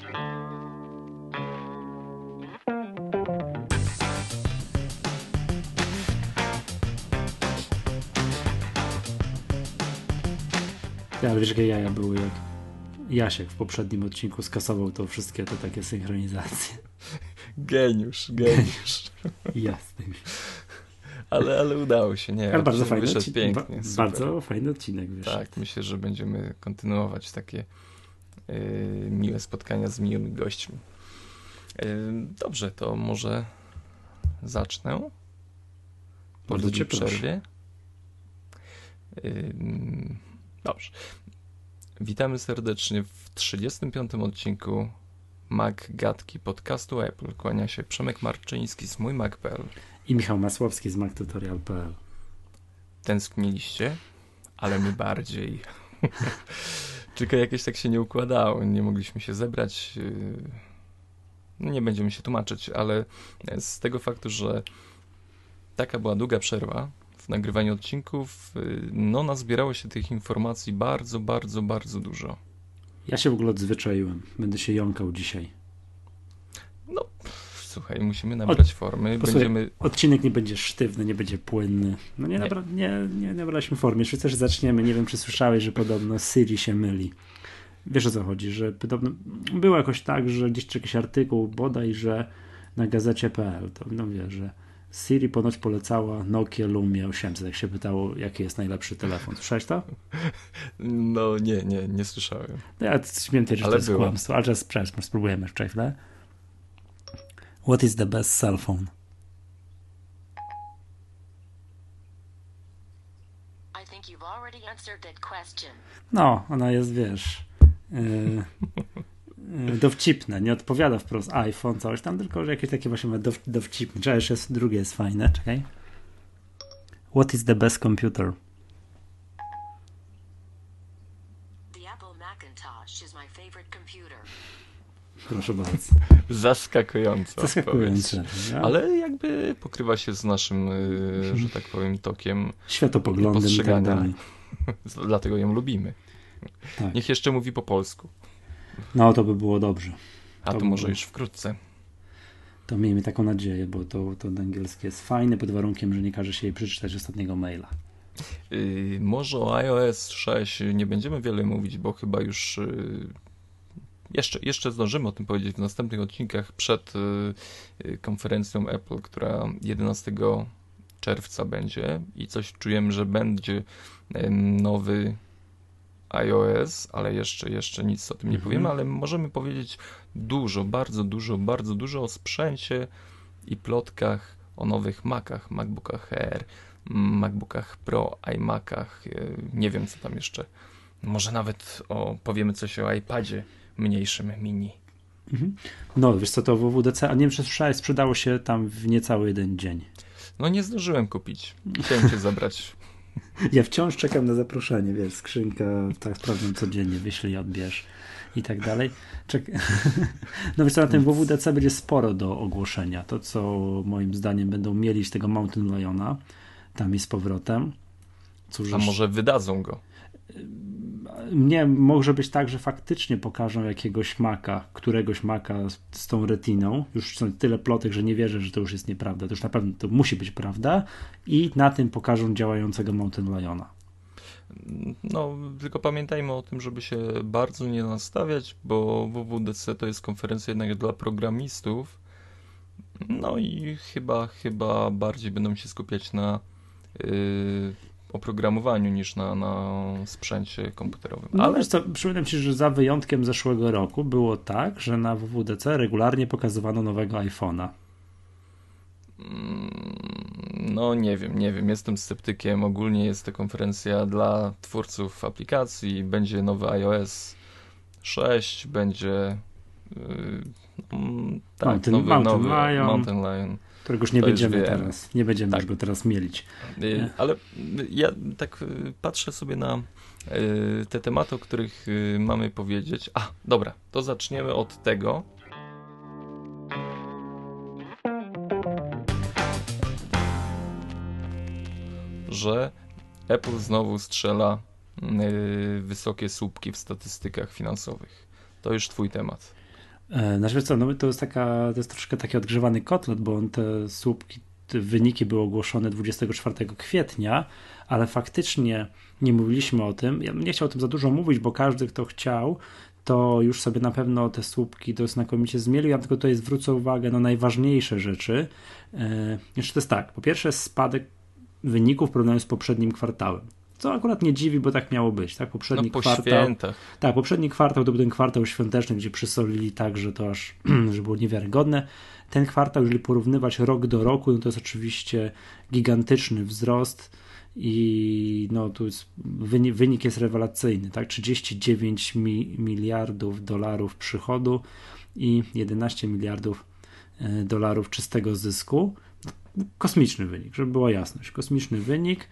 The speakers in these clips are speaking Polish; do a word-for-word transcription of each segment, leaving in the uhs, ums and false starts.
Ja, ale wiesz, jakie jaja były, jak Jasiek w poprzednim odcinku skasował to wszystkie te takie synchronizacje. Geniusz, geniusz. Jasne. Ale, ale udało się, nie? Ale bardzo fajny, wyszedł odcinek, pięknie, ba- super. bardzo fajny odcinek wyszedł. Tak, myślę, że będziemy kontynuować takie yy, miłe spotkania z miłymi gośćmi. Yy, dobrze, to może zacznę. Po Bardzo cię długiej przerwie. Yy, dobrze. Witamy serdecznie w trzydziestym piątym odcinku Mac Gadki podcastu Apple. Kłania się Przemek Marczyński z mój mac kropka p l I Michał Masłowski z mac tutorial kropka p l. Tęskniliście, ale my bardziej. Tylko jakieś tak się nie układało, nie mogliśmy się zebrać. No nie będziemy się tłumaczyć, ale z tego faktu, że taka była długa przerwa w nagrywaniu odcinków, no nazbierało się tych informacji bardzo, bardzo, bardzo dużo. Ja się w ogóle odzwyczaiłem. Będę się jąkał dzisiaj. No, słuchaj, musimy nabrać Od, formy. Posłuchaj, Będziemy... Odcinek nie będzie sztywny, nie będzie płynny. No nie, nie. Nabra, nie, nie nabraliśmy formy. Jeszcze też zaczniemy. Nie wiem, czy słyszałeś, że podobno Siri się myli. Wiesz, o co chodzi, że podobno było jakoś tak, że gdzieś jakiś artykuł bodaj, że na gazecie kropka p l to no wie, że Siri ponoć polecała Nokia Lumia osiemset, jak się pytało, jaki jest najlepszy telefon. Słyszałeś to? No nie, nie, nie słyszałem. No ja śmiem też, że to jest było. Kłamstwo, ale teraz spróbujemy. Czekaj chwilę. What is the best cell phone? I think you've already answered that question. No, ona jest, wiesz, yy, yy, dowcipne. Nie odpowiada wprost iPhone, coś tam, tylko że jakieś takie właśnie dow, dowcipne. Czekaj, jeszcze jest, drugie jest fajne. Czekaj. What is the best computer? The Apple Macintosh is my favorite computer. Proszę bardzo. Zaskakująco. Zaskakujące. Ja? Ale jakby pokrywa się z naszym, yy, że tak powiem, tokiem światopoglądem i tak dalej. Dlatego ją lubimy. Tak. Niech jeszcze mówi po polsku. No, to by było dobrze. A to, to może było... już wkrótce. To miejmy taką nadzieję, bo to, to angielskie jest fajne, pod warunkiem, że nie każe się jej przeczytać ostatniego maila. Yy, może o iOS sześć nie będziemy wiele mówić, bo chyba już... Yy... Jeszcze, jeszcze zdążymy o tym powiedzieć w następnych odcinkach przed y, konferencją Apple, która jedenastego czerwca będzie i coś czujemy, że będzie y, nowy iOS, ale jeszcze, jeszcze nic o tym nie mhm. powiemy, ale możemy powiedzieć dużo, bardzo dużo, bardzo dużo o sprzęcie i plotkach o nowych Macach, MacBookach Air, MacBookach Pro, iMacach, y, nie wiem co tam jeszcze. Może nawet o, powiemy coś o iPadzie mniejszym mini. Mhm. No, wiesz co, to w W W D C, a nie wiem, czy słyszałeś, sprzedało się tam w niecały jeden dzień. No nie zdążyłem kupić. Chciałem cię zabrać. Ja wciąż czekam na zaproszenie, wiesz, skrzynka, tak sprawdzam codziennie, wyślij, odbierz i tak dalej. Czek... No wiesz co, na tym W W D C będzie sporo do ogłoszenia. To, co moim zdaniem będą mieli z tego Mountain Liona, tam i z powrotem. Cóż, a może wydadzą go? Nie, może być tak, że faktycznie pokażą jakiegoś Maca, któregoś Maca z, z tą retiną. Już są tyle plotek, że nie wierzę, że to już jest nieprawda. To już na pewno to musi być prawda i na tym pokażą działającego Mountain Liona. No, tylko pamiętajmy o tym, żeby się bardzo nie nastawiać, bo W W D C to jest konferencja jednak dla programistów. No i chyba, chyba bardziej będą się skupiać na yy, oprogramowaniu niż na, na sprzęcie komputerowym. No ale wiesz co, przypominam ci, że za wyjątkiem zeszłego roku było tak, że na W W D C regularnie pokazywano nowego iPhone'a. No nie wiem, nie wiem, jestem sceptykiem. Ogólnie jest to konferencja dla twórców aplikacji. Będzie nowy iOS sześć, będzie yy, tak, Mountain, nowy, Mountain, nowy Lion, Mountain Lion. Którego już nie to będziemy już teraz, nie będziemy tak. już go teraz mielić. Yy, ale ja tak yy, patrzę sobie na yy, te tematy, o których yy, mamy powiedzieć. A, dobra, to zaczniemy od tego, że Apple znowu strzela yy, wysokie słupki w statystykach finansowych. To już twój temat. E, Znaczy co, no to jest taka, to jest troszkę taki odgrzewany kotlet, bo on te słupki, te wyniki były ogłoszone dwudziestego czwartego kwietnia, ale faktycznie nie mówiliśmy o tym. Ja bym nie chciał o tym za dużo mówić, bo każdy, kto chciał, to już sobie na pewno te słupki to znakomicie zmielił. Ja tylko tutaj zwrócę uwagę na najważniejsze rzeczy. E, Jeszcze to jest tak, po pierwsze spadek wyników w porównaniu z poprzednim kwartałem. Co akurat nie dziwi, bo tak miało być, tak? Poprzedni No po kwartał. świętach. Tak, poprzedni kwartał to był ten kwartał świąteczny, gdzie przysolili tak, że to aż, że było niewiarygodne. Ten kwartał, jeżeli porównywać rok do roku, no to jest oczywiście gigantyczny wzrost i no tu jest, wynik, wynik jest rewelacyjny, tak? trzydzieści dziewięć mi, miliardów dolarów przychodu i jedenaście miliardów dolarów czystego zysku. Kosmiczny wynik, żeby była jasność. Kosmiczny wynik.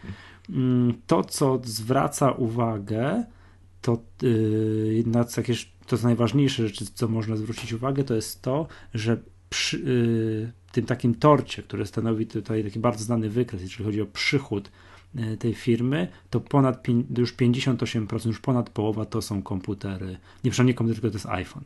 To, co zwraca uwagę, to yy, na jakieś, to jest najważniejsze rzeczy, co można zwrócić uwagę, to jest to, że przy yy, tym takim torcie, który stanowi tutaj taki bardzo znany wykres, jeżeli chodzi o przychód yy, tej firmy, to ponad już pięćdziesiąt osiem procent, już ponad połowa to są komputery. Nie, przynajmniej komputer, tylko to jest iPhone.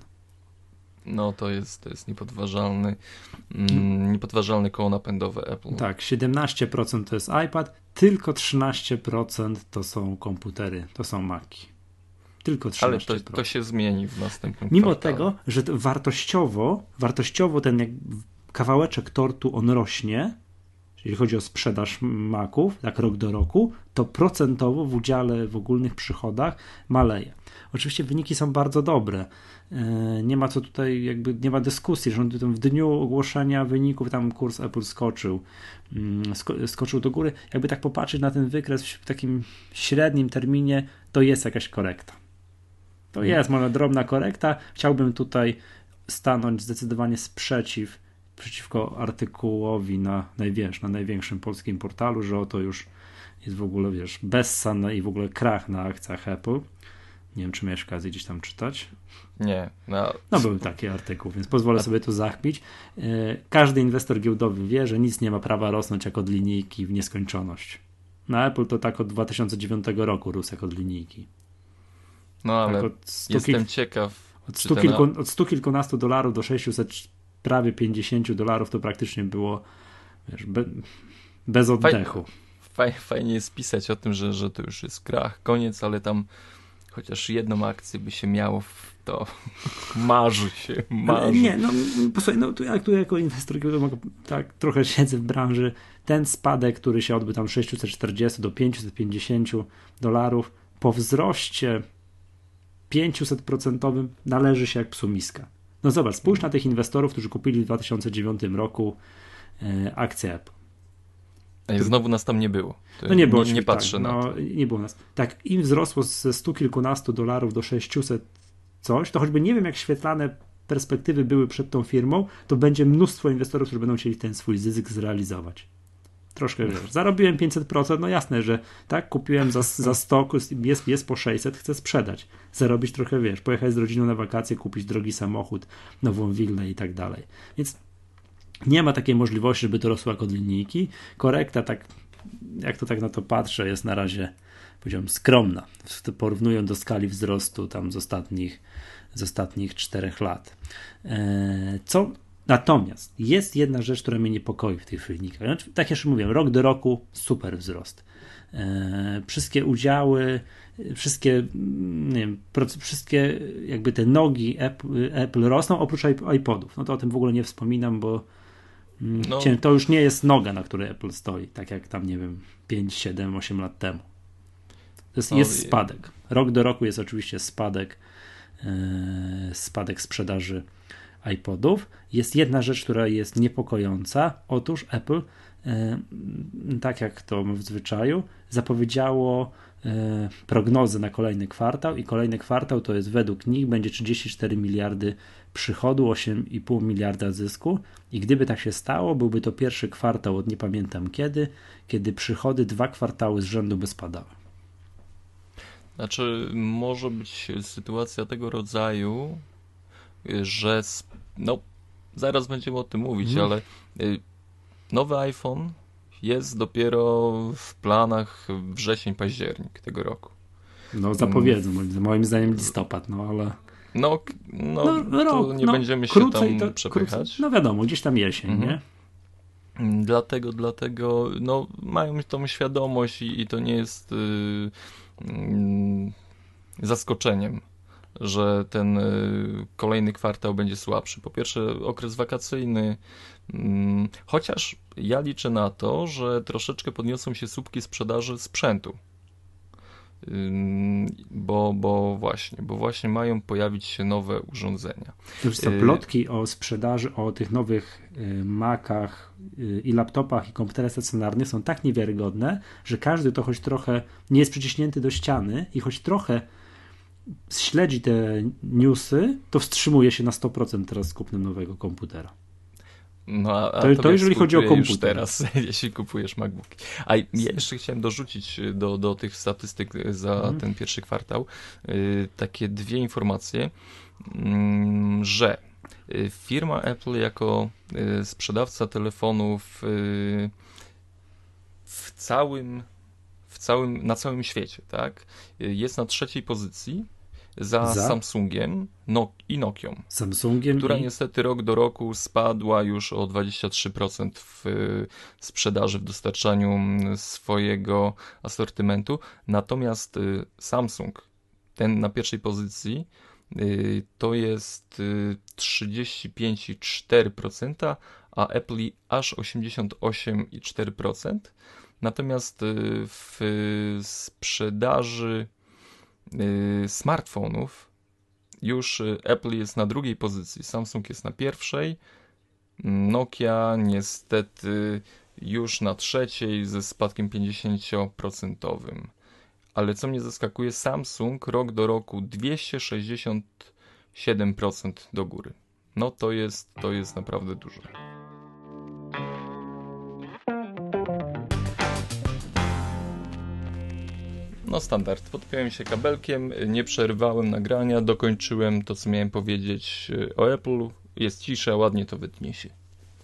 No to jest, to jest niepodważalny, mm, niepodważalny koło napędowe Apple. Tak, siedemnaście procent to jest iPad, tylko trzynaście procent to są komputery, to są Maci. Tylko trzynaście procent. Ale to, to się zmieni w następnym Mimo kwartale. tego, że to wartościowo, wartościowo ten jak kawałeczek tortu on rośnie, jeżeli chodzi o sprzedaż Maców, tak rok do roku, to procentowo w udziale w ogólnych przychodach maleje. Oczywiście wyniki są bardzo dobre. Nie ma co tutaj, jakby nie ma dyskusji, że w dniu ogłoszenia wyników tam kurs Apple skoczył, skoczył do góry. Jakby tak popatrzeć na ten wykres w takim średnim terminie, to jest jakaś korekta. To jest może drobna korekta. Chciałbym tutaj stanąć zdecydowanie sprzeciw przeciwko artykułowi na, wiesz, na największym polskim portalu, że oto już jest w ogóle, wiesz, bezsan i w ogóle krach na akcjach Apple. Nie wiem, czy miałeś okazję gdzieś tam czytać. Nie. No, no był taki artykuł, więc pozwolę sobie tu zachmić. Każdy inwestor giełdowy wie, że nic nie ma prawa rosnąć jak od linijki w nieskończoność. Na Apple to tak od dwa tysiące dziewiątego roku rósł jak od linijki. No ale tak jestem kil... ciekaw. Od stu, kilku, ten... od stu kilkunastu dolarów do sześciuset prawie pięćdziesięciu dolarów to praktycznie było, wiesz, be, bez oddechu. Fajnie, fajnie jest pisać o tym, że, że to już jest krach, koniec, ale tam chociaż jedną akcję by się miało, to marzy się, marzy. Nie, no posłuchaj, no tu jak tu jako inwestor, tak trochę siedzę w branży, ten spadek, który się odbył tam sześćset czterdzieści do pięćset pięćdziesiąt dolarów, po wzroście pięćset procent należy się jak psu miska. No zobacz, spójrz na tych inwestorów, którzy kupili w dwa tysiące dziewiątym roku e, akcje Apple. A i znowu nas tam nie było. To no nie było. Nie, nie patrzę tak, na no, to. Nie było nas. Tak, im wzrosło ze stu kilkunastu dolarów do sześciuset coś, to choćby nie wiem, jak świetlane perspektywy były przed tą firmą, to będzie mnóstwo inwestorów, którzy będą chcieli ten swój zysk zrealizować. Troszkę, wiesz, zarobiłem pięćset procent, no jasne, że tak, kupiłem za, za sto, jest, jest po sześćset, chcę sprzedać. Zarobić trochę, wiesz, pojechać z rodziną na wakacje, kupić drogi samochód, nową willę i tak dalej. Więc nie ma takiej możliwości, żeby to rosło jak od linijki. Korekta, tak jak to tak na to patrzę, jest na razie, powiedziałem, skromna. Porównując do skali wzrostu tam z ostatnich, z ostatnich czterech lat. Co natomiast jest jedna rzecz, która mnie niepokoi w tych wynikach. Znaczy, tak jak już mówiłem, rok do roku super wzrost. Wszystkie udziały, wszystkie, nie wiem, wszystkie jakby te nogi Apple, Apple rosną, oprócz iPodów. No to o tym w ogóle nie wspominam, bo no. to już nie jest noga, na której Apple stoi, tak jak tam, nie wiem, pięć, siedem, osiem lat temu. To jest, no, jest spadek. Rok do roku jest oczywiście spadek, e, spadek sprzedaży iPodów. Jest jedna rzecz, która jest niepokojąca. Otóż Apple, e, tak jak to w zwyczaju, zapowiedziało e, prognozy na kolejny kwartał i kolejny kwartał to jest według nich będzie trzydzieści cztery miliardy przychodu, osiem i pół miliarda zysku i gdyby tak się stało, byłby to pierwszy kwartał od nie pamiętam kiedy, kiedy przychody dwa kwartały z rzędu by spadały. Znaczy może być sytuacja tego rodzaju, że no zaraz będziemy o tym mówić, hmm. ale nowy iPhone jest dopiero w planach wrzesień, październik tego roku. No zapowiedzą, moim zdaniem listopad, no ale... No, no, No, to rok, nie no, będziemy się krócej tam to, przepychać. Krócej, no wiadomo, gdzieś tam jesień, Mhm. nie? Dlatego, dlatego, no, mają tą świadomość i, i to nie jest y, y, zaskoczeniem, że ten y, kolejny kwartał będzie słabszy. Po pierwsze, okres wakacyjny, y, chociaż ja liczę na to, że troszeczkę podniosą się słupki sprzedaży sprzętu. Ym, Bo, bo właśnie, bo właśnie mają pojawić się nowe urządzenia. Już co, Y, plotki o sprzedaży, o tych nowych y, Macach y, i laptopach i komputerach stacjonarnych są tak niewiarygodne, że każdy to choć trochę nie jest przyciśnięty do ściany i choć trochę śledzi te newsy, to wstrzymuje się na sto procent teraz z kupnem nowego komputera. No, a, a To- to tobie jeżeli chodzi o współczuję już komputer. teraz, jeśli kupujesz MacBooki. A ja jeszcze chciałem dorzucić do, do tych statystyk za Mhm. ten pierwszy kwartał y, takie dwie informacje, mm, że y, firma Apple jako y, sprzedawca telefonów y, w całym, w całym, na całym świecie, tak, y, jest na trzeciej pozycji za, Za? Samsungiem no, i Nokią, Samsungiem która i... niestety rok do roku spadła już o dwadzieścia trzy procent w y, sprzedaży, w dostarczaniu mm, swojego asortymentu. Natomiast y, Samsung, ten na pierwszej pozycji, y, to jest y, trzydzieści pięć przecinek cztery procent, a Apple aż osiemdziesiąt osiem przecinek cztery procent. Natomiast y, w sprzedaży y, smartfonów już y, Apple jest na drugiej pozycji, Samsung jest na pierwszej, Nokia niestety już na trzeciej ze spadkiem pięćdziesiąt procent. Ale co mnie zaskakuje, Samsung rok do roku dwieście sześćdziesiąt siedem procent do góry. No to jest, to jest naprawdę dużo. No standard, podpiąłem się kabelkiem, nie przerwałem nagrania, dokończyłem to, co miałem powiedzieć o Apple. Jest cisza, ładnie to wytnie się.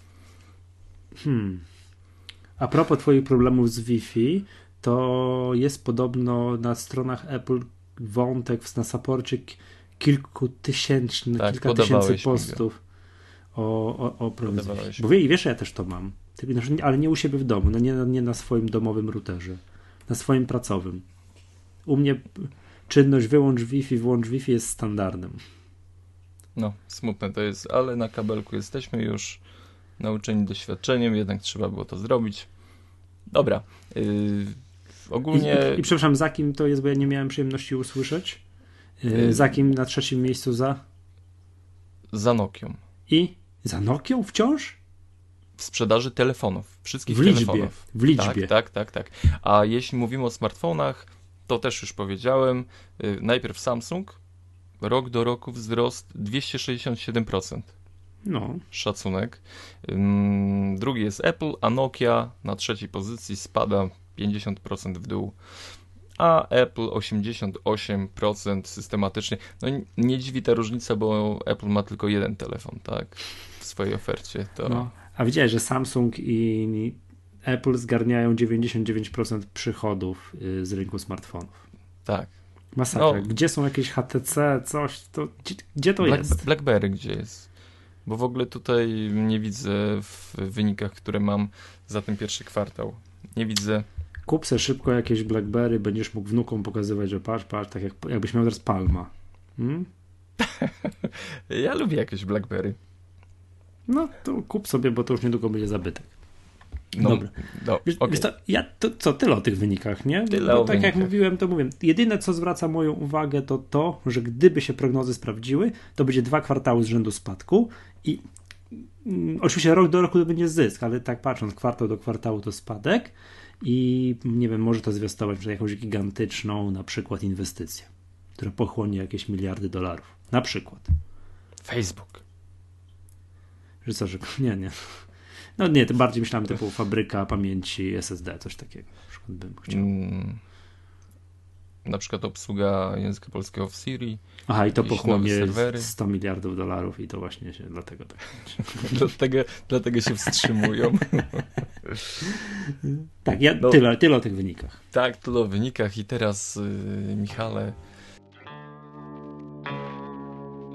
Hmm. A propos twoich problemów z Wi-Fi, to jest podobno na stronach Apple wątek na saporcie kilkutysięczny, Tak, kilka podawałeś tysięcy mi postów o, o, o problemie. Podawałeś Bo wie, wiesz, ja też to mam. Tylko, że nie- Ale nie u siebie w domu, no nie, nie na swoim domowym routerze, na swoim pracowym. U mnie czynność wyłącz Wi-Fi, włącz Wi-Fi jest standardem. No, smutne to jest, ale na kabelku jesteśmy już nauczeni doświadczeniem, jednak trzeba było to zrobić. Dobra, yy, ogólnie... I, i, I przepraszam, za kim to jest, bo ja nie miałem przyjemności usłyszeć. Yy, Yy. Za kim na trzecim miejscu za? Za Nokią. I za Nokią wciąż? W sprzedaży telefonów, wszystkich W liczbie, telefonów. w liczbie. Tak, tak, tak, tak. A jeśli mówimy o smartfonach, to też już powiedziałem, yy, najpierw Samsung, rok do roku wzrost dwieście sześćdziesiąt siedem procent. No. Szacunek. Ym, drugi jest Apple, a Nokia na trzeciej pozycji spada pięćdziesiąt procent w dół, a Apple osiemdziesiąt osiem procent systematycznie. No nie dziwi ta różnica, bo Apple ma tylko jeden telefon, tak, w swojej ofercie. To... No. A widziałeś, że Samsung i Apple zgarniają dziewięćdziesiąt dziewięć procent przychodów y, z rynku smartfonów. Tak. Masakra. No. Gdzie są jakieś H T C, coś, to gdzie, gdzie to Black, jest? BlackBerry gdzie jest? Bo w ogóle tutaj nie widzę w wynikach, które mam za ten pierwszy kwartał. Nie widzę. Kup se szybko jakieś BlackBerry, będziesz mógł wnukom pokazywać, że patrz, patrz, tak jak, jakbyś miał teraz Palma. Hmm? Ja lubię jakieś BlackBerry. No to kup sobie, bo to już niedługo będzie zabytek. No, Dobra. No, Wiesz, okay. wiesz to, ja, to co, tyle o tych wynikach, nie? Tyle Bo o tak jak wynikach. mówiłem, to mówię, jedyne co zwraca moją uwagę to to, że gdyby się prognozy sprawdziły, to będzie dwa kwartały z rzędu spadku i mm, oczywiście rok do roku to będzie zysk, ale tak patrząc kwartał do kwartału to spadek i nie wiem, może to zwiastować że jakąś gigantyczną na przykład inwestycję, która pochłonie jakieś miliardy dolarów. Na przykład. Facebook. Że co, że nie, nie. No nie, to bardziej myślałem typu fabryka pamięci S S D, coś takiego. Na przykład bym chciał. Mm, na przykład obsługa języka polskiego w Siri. Aha, i to jakieś pochłonie nowe serwery. sto miliardów dolarów i to właśnie się dlatego tak. dlatego, dlatego się wstrzymują. Tak, ja No. tyle, tyle o tych wynikach. Tak, tyle o wynikach i teraz yy, Michale,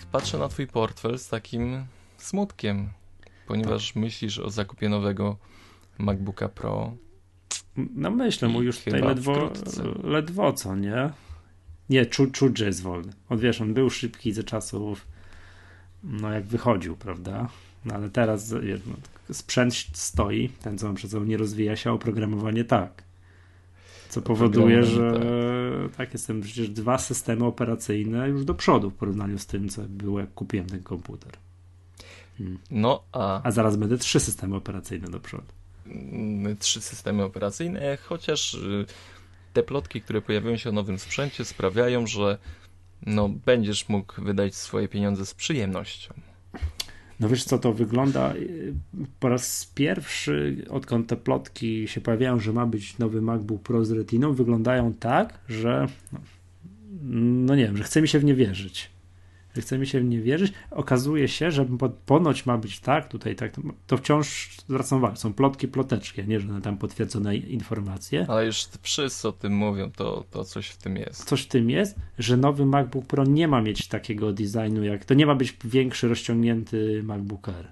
patrzę na twój portfel z takim smutkiem, ponieważ tak. myślisz o zakupie nowego MacBooka Pro. No myślę, mu już tutaj ledwo, ledwo co, nie? Nie, czuć, czu, że jest wolny. On, wiesz, on był szybki ze czasów, no jak wychodził, prawda? No ale teraz wiesz, no, sprzęt stoi, ten co mam przed sobą nie rozwija się, a oprogramowanie tak. Co powoduje, że tak. tak, jestem przecież dwa systemy operacyjne już do przodu w porównaniu z tym, co było jak kupiłem ten komputer. Hmm. No a... A zaraz będę trzy systemy operacyjne do przodu. Trzy systemy operacyjne, chociaż te plotki, które pojawiają się o nowym sprzęcie, sprawiają, że no, będziesz mógł wydać swoje pieniądze z przyjemnością. No wiesz co, to wygląda po raz pierwszy, odkąd te plotki się pojawiają, że ma być nowy MacBook Pro z Retiną, wyglądają tak, że no nie wiem, że chce mi się w nie wierzyć. Że chce mi się w nie wierzyć. Okazuje się, że ponoć ma być tak, tutaj tak, to wciąż zwracam uwagę, są plotki, ploteczki, a nie, że tam potwierdzone informacje. Ale już wszyscy o tym mówią, to, to coś w tym jest. Coś w tym jest, że nowy MacBook Pro nie ma mieć takiego designu, jak to nie ma być większy, rozciągnięty MacBook Air.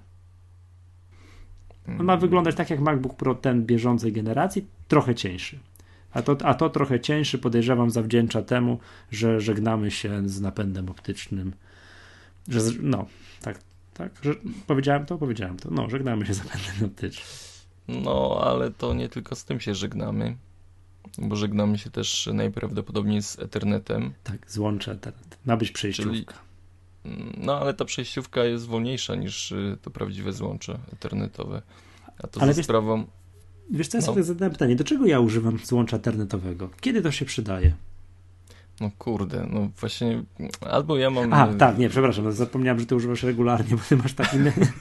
On ma wyglądać tak jak MacBook Pro ten bieżącej generacji, trochę cieńszy. A to, a to trochę cieńszy, podejrzewam, zawdzięcza temu, że żegnamy się z napędem optycznym. Że, no, tak, tak, że powiedziałem to, powiedziałem to. No, żegnamy się z napędem optycznym. No, ale to nie tylko z tym się żegnamy, bo żegnamy się też najprawdopodobniej z Ethernetem. Tak, złącze Ethernet. Ma być przejściówka. Czyli, no, ale ta przejściówka jest wolniejsza niż to prawdziwe złącze ethernetowe. A to ale za wiesz, sprawą... Wiesz co, ja sobie no. zadałem pytanie, do czego ja używam złącza ethernetowego? Kiedy to się przydaje? No kurde, no właśnie, albo ja mam... A, tak, nie, przepraszam, no zapomniałem, że ty używasz regularnie, bo ty masz taki...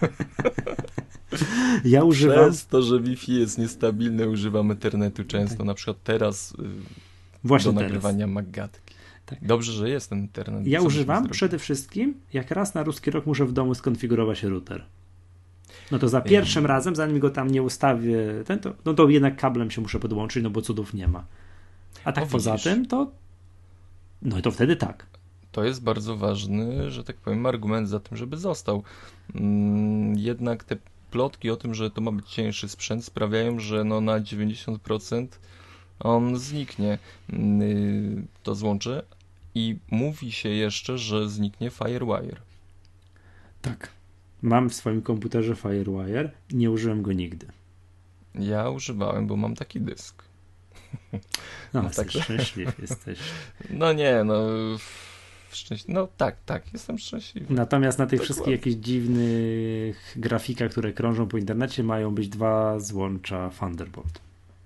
ja używam... Przez to, że Wi-Fi jest niestabilne, używam Ethernetu często, tak. Na przykład teraz Właśnie do teraz. nagrywania Maggatki. Tak. Dobrze, że jest ten Ethernet. Ja używam przede wszystkim, jak raz na ruski rok muszę w domu skonfigurować router. No to za pierwszym ja. razem, zanim go tam nie ustawię, ten, to, no to jednak kablem się muszę podłączyć, no bo cudów nie ma. A tak o, poza widzisz. tym, to no i to wtedy tak. To jest bardzo ważny, że tak powiem, argument za tym, żeby został. Jednak te plotki o tym, że to ma być cieńszy sprzęt, sprawiają, że no na dziewięćdziesiąt procent on zniknie, to złącze, i mówi się jeszcze, że zniknie FireWire. Tak. Mam w swoim komputerze FireWire, nie użyłem go nigdy. Ja używałem, bo mam taki dysk. No, no tak szczęśliwy jesteś. No nie, no szczęśliwy. No tak, tak, jestem szczęśliwy. Natomiast na tych Dokładnie. wszystkich jakichś dziwnych grafikach, które krążą po internecie, mają być dwa złącza Thunderbolt.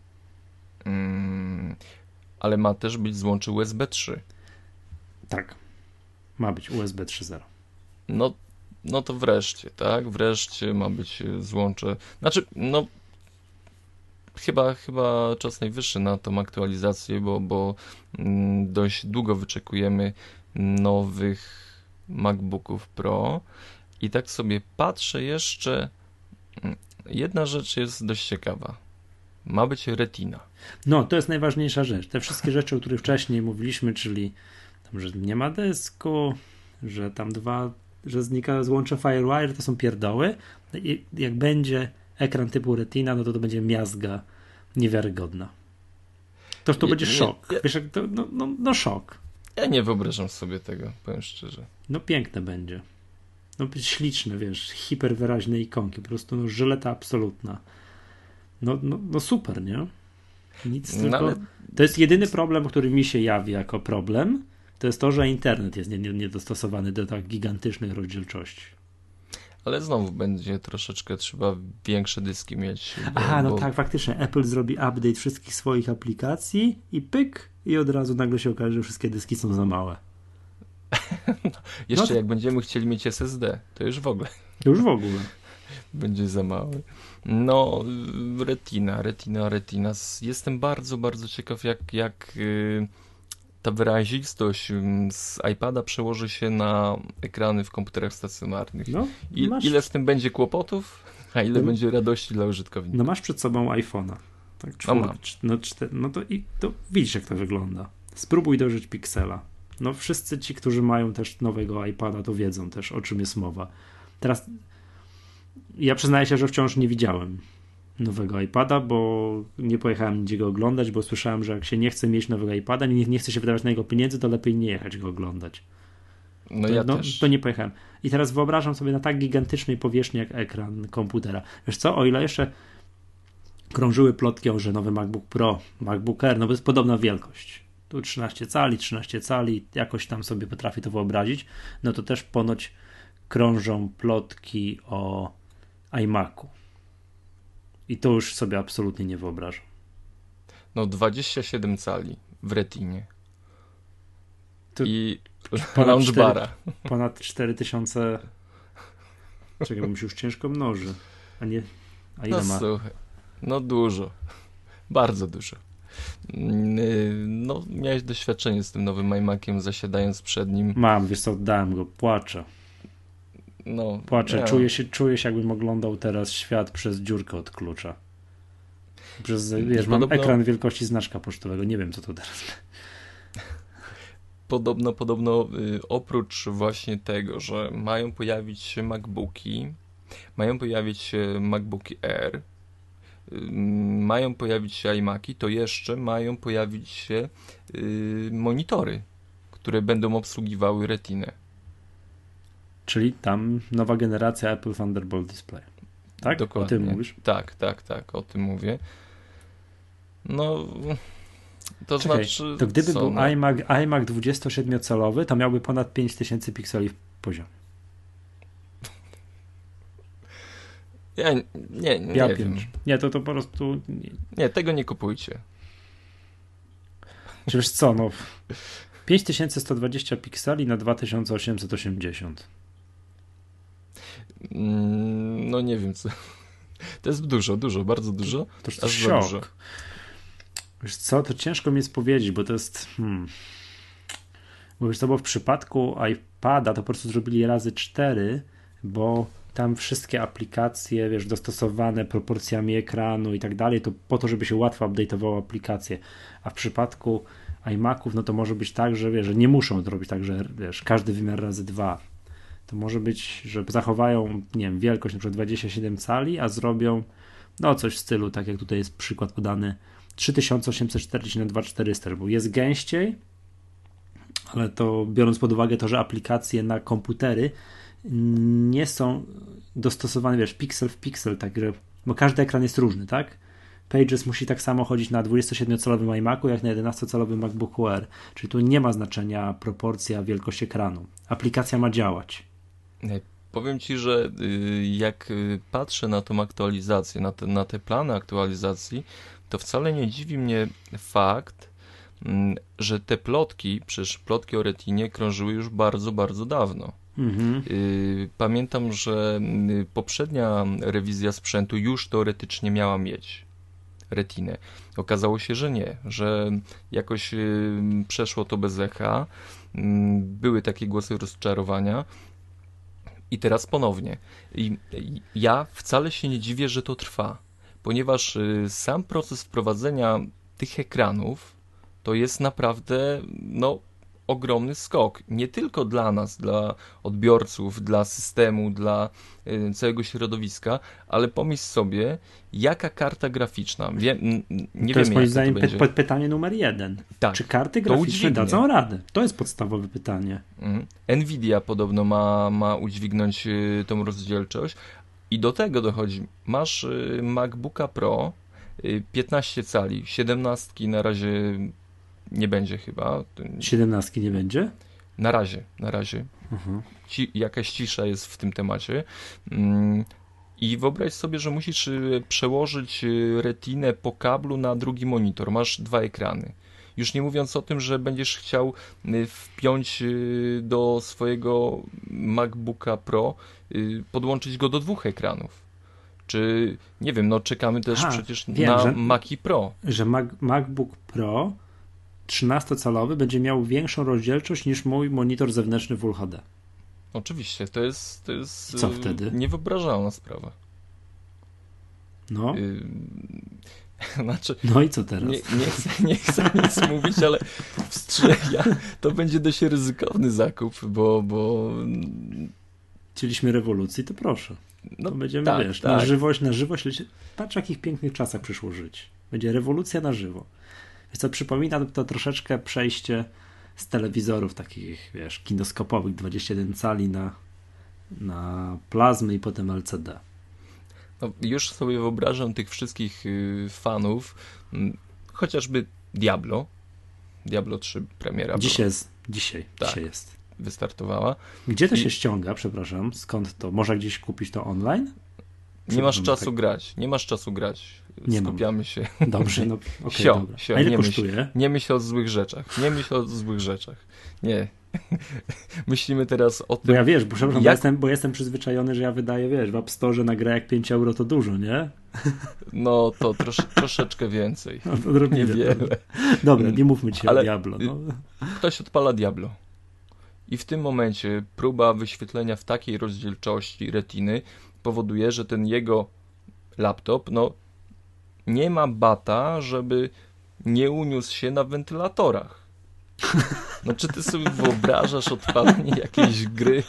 Mm, ale ma też być złącze U S B trzy. Tak. Ma być U S B trzy zero. No, no to wreszcie, tak? Wreszcie ma być złącze. Znaczy, no Chyba, chyba czas najwyższy na tą aktualizację, bo, bo dość długo wyczekujemy nowych MacBooków Pro i tak sobie patrzę jeszcze, jedna rzecz jest dość ciekawa. Ma być Retina. No, to jest najważniejsza rzecz. Te wszystkie rzeczy, o których wcześniej mówiliśmy, czyli tam, że nie ma dysku, że tam dwa, że znika złącze FireWire, to są pierdoły. I jak będzie ekran typu Retina, no to to będzie miazga niewiarygodna. To to nie, będzie szok. Nie, Wiesz, jak to, no, no, no szok. Ja nie wyobrażam sobie tego, powiem szczerze. No piękne będzie. No śliczne, wiesz, hiperwyraźne ikonki, po prostu no żyleta absolutna. No, no, no super, nie? Nic, no, tylko... ale... To jest jedyny problem, który mi się jawi jako problem, to jest to, że internet jest niedostosowany nie, nie do tak gigantycznej rozdzielczości. Ale znowu będzie troszeczkę trzeba większe dyski mieć. Bo, Aha, no bo... tak, faktycznie. Apple zrobi update wszystkich swoich aplikacji i pyk, i od razu nagle się okaże, że wszystkie dyski są za małe. no, jeszcze no to... jak będziemy chcieli mieć S S D, to już w ogóle. To już w ogóle. Będzie za mały. No, Retina, Retina, Retina. Jestem bardzo, bardzo ciekaw, jak, jak yy, ta wyrazistość z iPada przełoży się na ekrany w komputerach stacjonarnych. No, I, masz... Ile z tym będzie kłopotów, a ile no. będzie radości dla użytkownika. No masz przed sobą iPhone'a. Tak, czwór... no, no, czter... no to i to widzisz, jak to wygląda. Spróbuj dożyć piksela. No wszyscy ci, którzy mają też nowego iPada, to wiedzą też, o czym jest mowa. Teraz ja przyznaję się, że wciąż nie widziałem nowego iPada, bo nie pojechałem nigdzie go oglądać, bo słyszałem, że jak się nie chce mieć nowego iPada, nie, nie chce się wydawać na jego pieniędzy, to lepiej nie jechać go oglądać. No to, ja no, też. To nie pojechałem. I teraz wyobrażam sobie na tak gigantycznej powierzchni jak ekran komputera. Wiesz co, o ile jeszcze krążyły plotki, że nowy MacBook Pro, MacBook Air, no to jest podobna wielkość. Tu trzynaście cali, trzynaście cali, jakoś tam sobie potrafię to wyobrazić, no to też ponoć krążą plotki o iMacu. I to już sobie absolutnie nie wyobrażam. No dwadzieścia siedem cali w Retinie. To I ponad launchbara. Ponad cztery tysiące. Czekaj, bo mi się już ciężko mnoży. A nie. A ile No ma? słuchaj, no dużo. Bardzo dużo. No, miałeś doświadczenie z tym nowym iMaciem, zasiadając przed nim. Mam, wiesz co, oddałem go. Płaczę. No, Płaczę. ja. Czuję się, czuję się, jakbym oglądał teraz świat przez dziurkę od klucza. Przez, wiesz, mam Podobno... ekran wielkości znaczka pocztowego. Nie wiem, co to teraz. Podobno, podobno y, oprócz właśnie tego, że mają pojawić się MacBooki, mają pojawić się MacBooki Air, y, mają pojawić się iMaki, to jeszcze mają pojawić się y, monitory, które będą obsługiwały Retinę. Czyli tam nowa generacja Apple Thunderbolt Display. Tak? Dokładnie. O tym mówisz? Tak, tak, tak, o tym mówię. No, to Czekaj, znaczy... to gdyby co, był no? iMac, iMac dwudziestosiedmiocalowy, to miałby ponad pięć tysięcy pikseli w poziomie. Ja nie, nie, nie Ja wiem. Nie, to to po prostu... Nie. Nie, tego nie kupujcie. Czy wiesz co, no... pięć tysięcy sto dwadzieścia pikseli na dwa tysiące osiemset osiemdziesiąt. Mm, no nie wiem co. To jest dużo, dużo, bardzo dużo. To już Aż za szok. dużo. Wiesz co, to ciężko mi jest powiedzieć, bo to jest... Hmm. Bo wiesz co, bo w przypadku iPada to po prostu zrobili razy cztery, bo tam wszystkie aplikacje, wiesz, dostosowane proporcjami ekranu i tak dalej, to po to, żeby się łatwo update'owało aplikacje. A w przypadku iMaców, no to może być tak, że wiesz, że nie muszą to robić tak, że wiesz, każdy wymiar razy dwa. To może być, że zachowają, nie wiem, wielkość na przykład dwadzieścia siedem cali, a zrobią no coś w stylu, tak jak tutaj jest przykład podany, trzy tysiące osiemset czterdzieści na dwa tysiące czterysta, bo jest gęściej, ale to biorąc pod uwagę to, że aplikacje na komputery nie są dostosowane, wiesz, piksel w piksel, tak, bo każdy ekran jest różny, tak? Pages musi tak samo chodzić na dwudziestosiedmiocalowym iMacu, jak na jedenastocalowym MacBooku Air, czyli tu nie ma znaczenia proporcja, wielkość ekranu. Aplikacja ma działać. Nie, powiem Ci, że y, jak y, patrzę na tą aktualizację, na te, na te plany aktualizacji, to wcale nie dziwi mnie fakt, y, że te plotki, przecież plotki o Retinie krążyły już bardzo, bardzo dawno. Mhm. Y, Pamiętam, że y, poprzednia rewizja sprzętu już teoretycznie miała mieć Retinę. Okazało się, że nie, że jakoś y, przeszło to bez echa. Y, były takie głosy rozczarowania. I teraz ponownie. I, i ja wcale się nie dziwię, że to trwa, ponieważ y, sam proces wprowadzenia tych ekranów to jest naprawdę no, ogromny skok. Nie tylko dla nas, dla odbiorców, dla systemu, dla y, całego środowiska, ale pomyśl sobie, jaka karta graficzna. Wie, n, nie to jest wiemy, moim jak zdaniem to py- będzie. py- pytanie numer jeden. Tak, Czy karty to graficzne udźwignie. dadzą radę? To jest podstawowe pytanie. Mhm. Nvidia podobno ma, ma udźwignąć y, tą rozdzielczość i do tego dochodzi. Masz y, MacBooka Pro y, piętnaście cali, siedemnaście na razie nie będzie chyba. siedemnastki nie będzie? Na razie, na razie. Mhm. Ci, jakaś cisza jest w tym temacie. Mm, I wyobraź sobie, że musisz y, przełożyć y, retinę po kablu na drugi monitor. Masz dwa ekrany. Już nie mówiąc o tym, że będziesz chciał y, wpiąć y, do swojego MacBooka Pro, y, podłączyć go do dwóch ekranów. Czy, nie wiem, no czekamy też Aha, przecież wiem, na że- Maci Pro. Że Mac, MacBook Pro trzynastocalowy będzie miał większą rozdzielczość niż mój monitor zewnętrzny Full H D. Oczywiście, to jest, to jest I co y, wtedy? niewyobrażalna sprawa. No, Y, Znaczy, No i co teraz? nie, nie, chcę, nie chcę nic mówić, ale wstrzeja, to będzie dość ryzykowny zakup, bo... bo Chcieliśmy rewolucji, to proszę. no, To będziemy, tak, wiesz, tak. na żywość, na żywość. leci- Patrz, w jakich pięknych czasach przyszło żyć. Będzie rewolucja na żywo. Wiesz co, przypomina to troszeczkę przejście z telewizorów takich, wiesz, kinoskopowych, dwadzieścia jeden cali na, na plazmy i potem L C D. No, już sobie wyobrażam tych wszystkich y, fanów, m, chociażby Diablo, Diablo trzy premiera Dzisiaj jest, dzisiaj, Tak. dzisiaj jest. wystartowała. Gdzie to I- się ściąga, przepraszam? Skąd to? Można gdzieś kupić to online? Nie masz Przepraszam, czasu tak- grać, nie masz czasu grać. Nie mam. Skupiamy się. Dobrze, no okej, Sio, dobra. sio, A ile nie myśl. kosztuje? Nie myśl o złych rzeczach. Nie myśl o złych rzeczach. Nie. Myślimy teraz o Bo tym. ja wiesz, bo, przepraszam, bo, Jak- jestem, bo jestem przyzwyczajony, że ja wydaję, wiesz, w App Store na grę jak pięć euro to dużo, nie? No to trosz, troszeczkę więcej. No, to odrobinę, Niewiele. dobra. Dobra, nie mówmy ci Ale- o Diablo. No. Ktoś odpala Diablo. I w tym momencie próba wyświetlenia w takiej rozdzielczości retiny powoduje, że ten jego laptop, no nie ma bata, żeby nie uniósł się na wentylatorach. No czy ty sobie wyobrażasz odpalenie jakiejś gry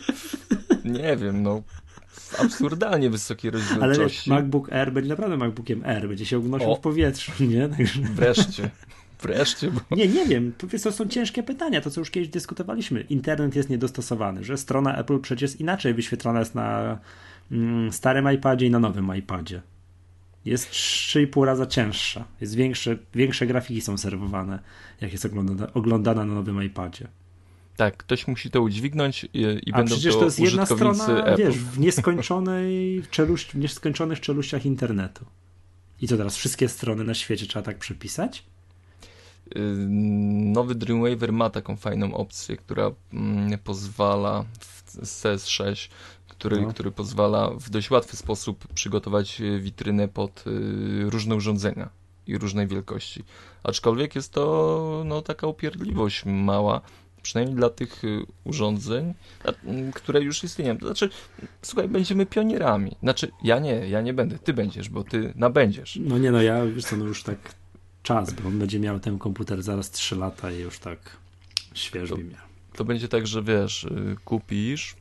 w, nie wiem, no w absurdalnie wysokiej Ale wiesz, rozdzielczości. MacBook Air będzie naprawdę MacBookiem Air, będzie się unosił O. w powietrzu, nie? Także... Wreszcie. Wreszcie, bo Nie, nie wiem, to, to są ciężkie pytania, to co już kiedyś dyskutowaliśmy. Internet jest niedostosowany, że strona Apple przecież inaczej wyświetlana jest na mm, starym iPadzie i na nowym iPadzie. Jest trzy i pół raza cięższa, jest większe, większe grafiki są serwowane, jak jest oglądana, oglądana na nowym iPadzie. tak, ktoś musi to udźwignąć i, i A będą przecież to, to jest jedna użytkownicy strona, Apple. wiesz, w nieskończonej czeluść, w nieskończonych czeluściach internetu. I co teraz, wszystkie strony na świecie trzeba tak przepisać? Y, Nowy Dreamweaver ma taką fajną opcję, która mm, pozwala w C S sześć, który, No. który pozwala w dość łatwy sposób przygotować y, witrynę pod y, różne urządzenia i różnej wielkości. Aczkolwiek jest to no, taka upierdliwość mała, przynajmniej dla tych y, urządzeń, a, m, które już istnieją. To znaczy, słuchaj, będziemy pionierami. Znaczy, ja nie, ja nie będę, ty będziesz, bo ty nabędziesz. No nie no, ja wiesz co, no już tak czas, bo on będzie miał ten komputer zaraz trzy lata i już tak świeżo mi miał. To będzie tak, że wiesz, y, kupisz,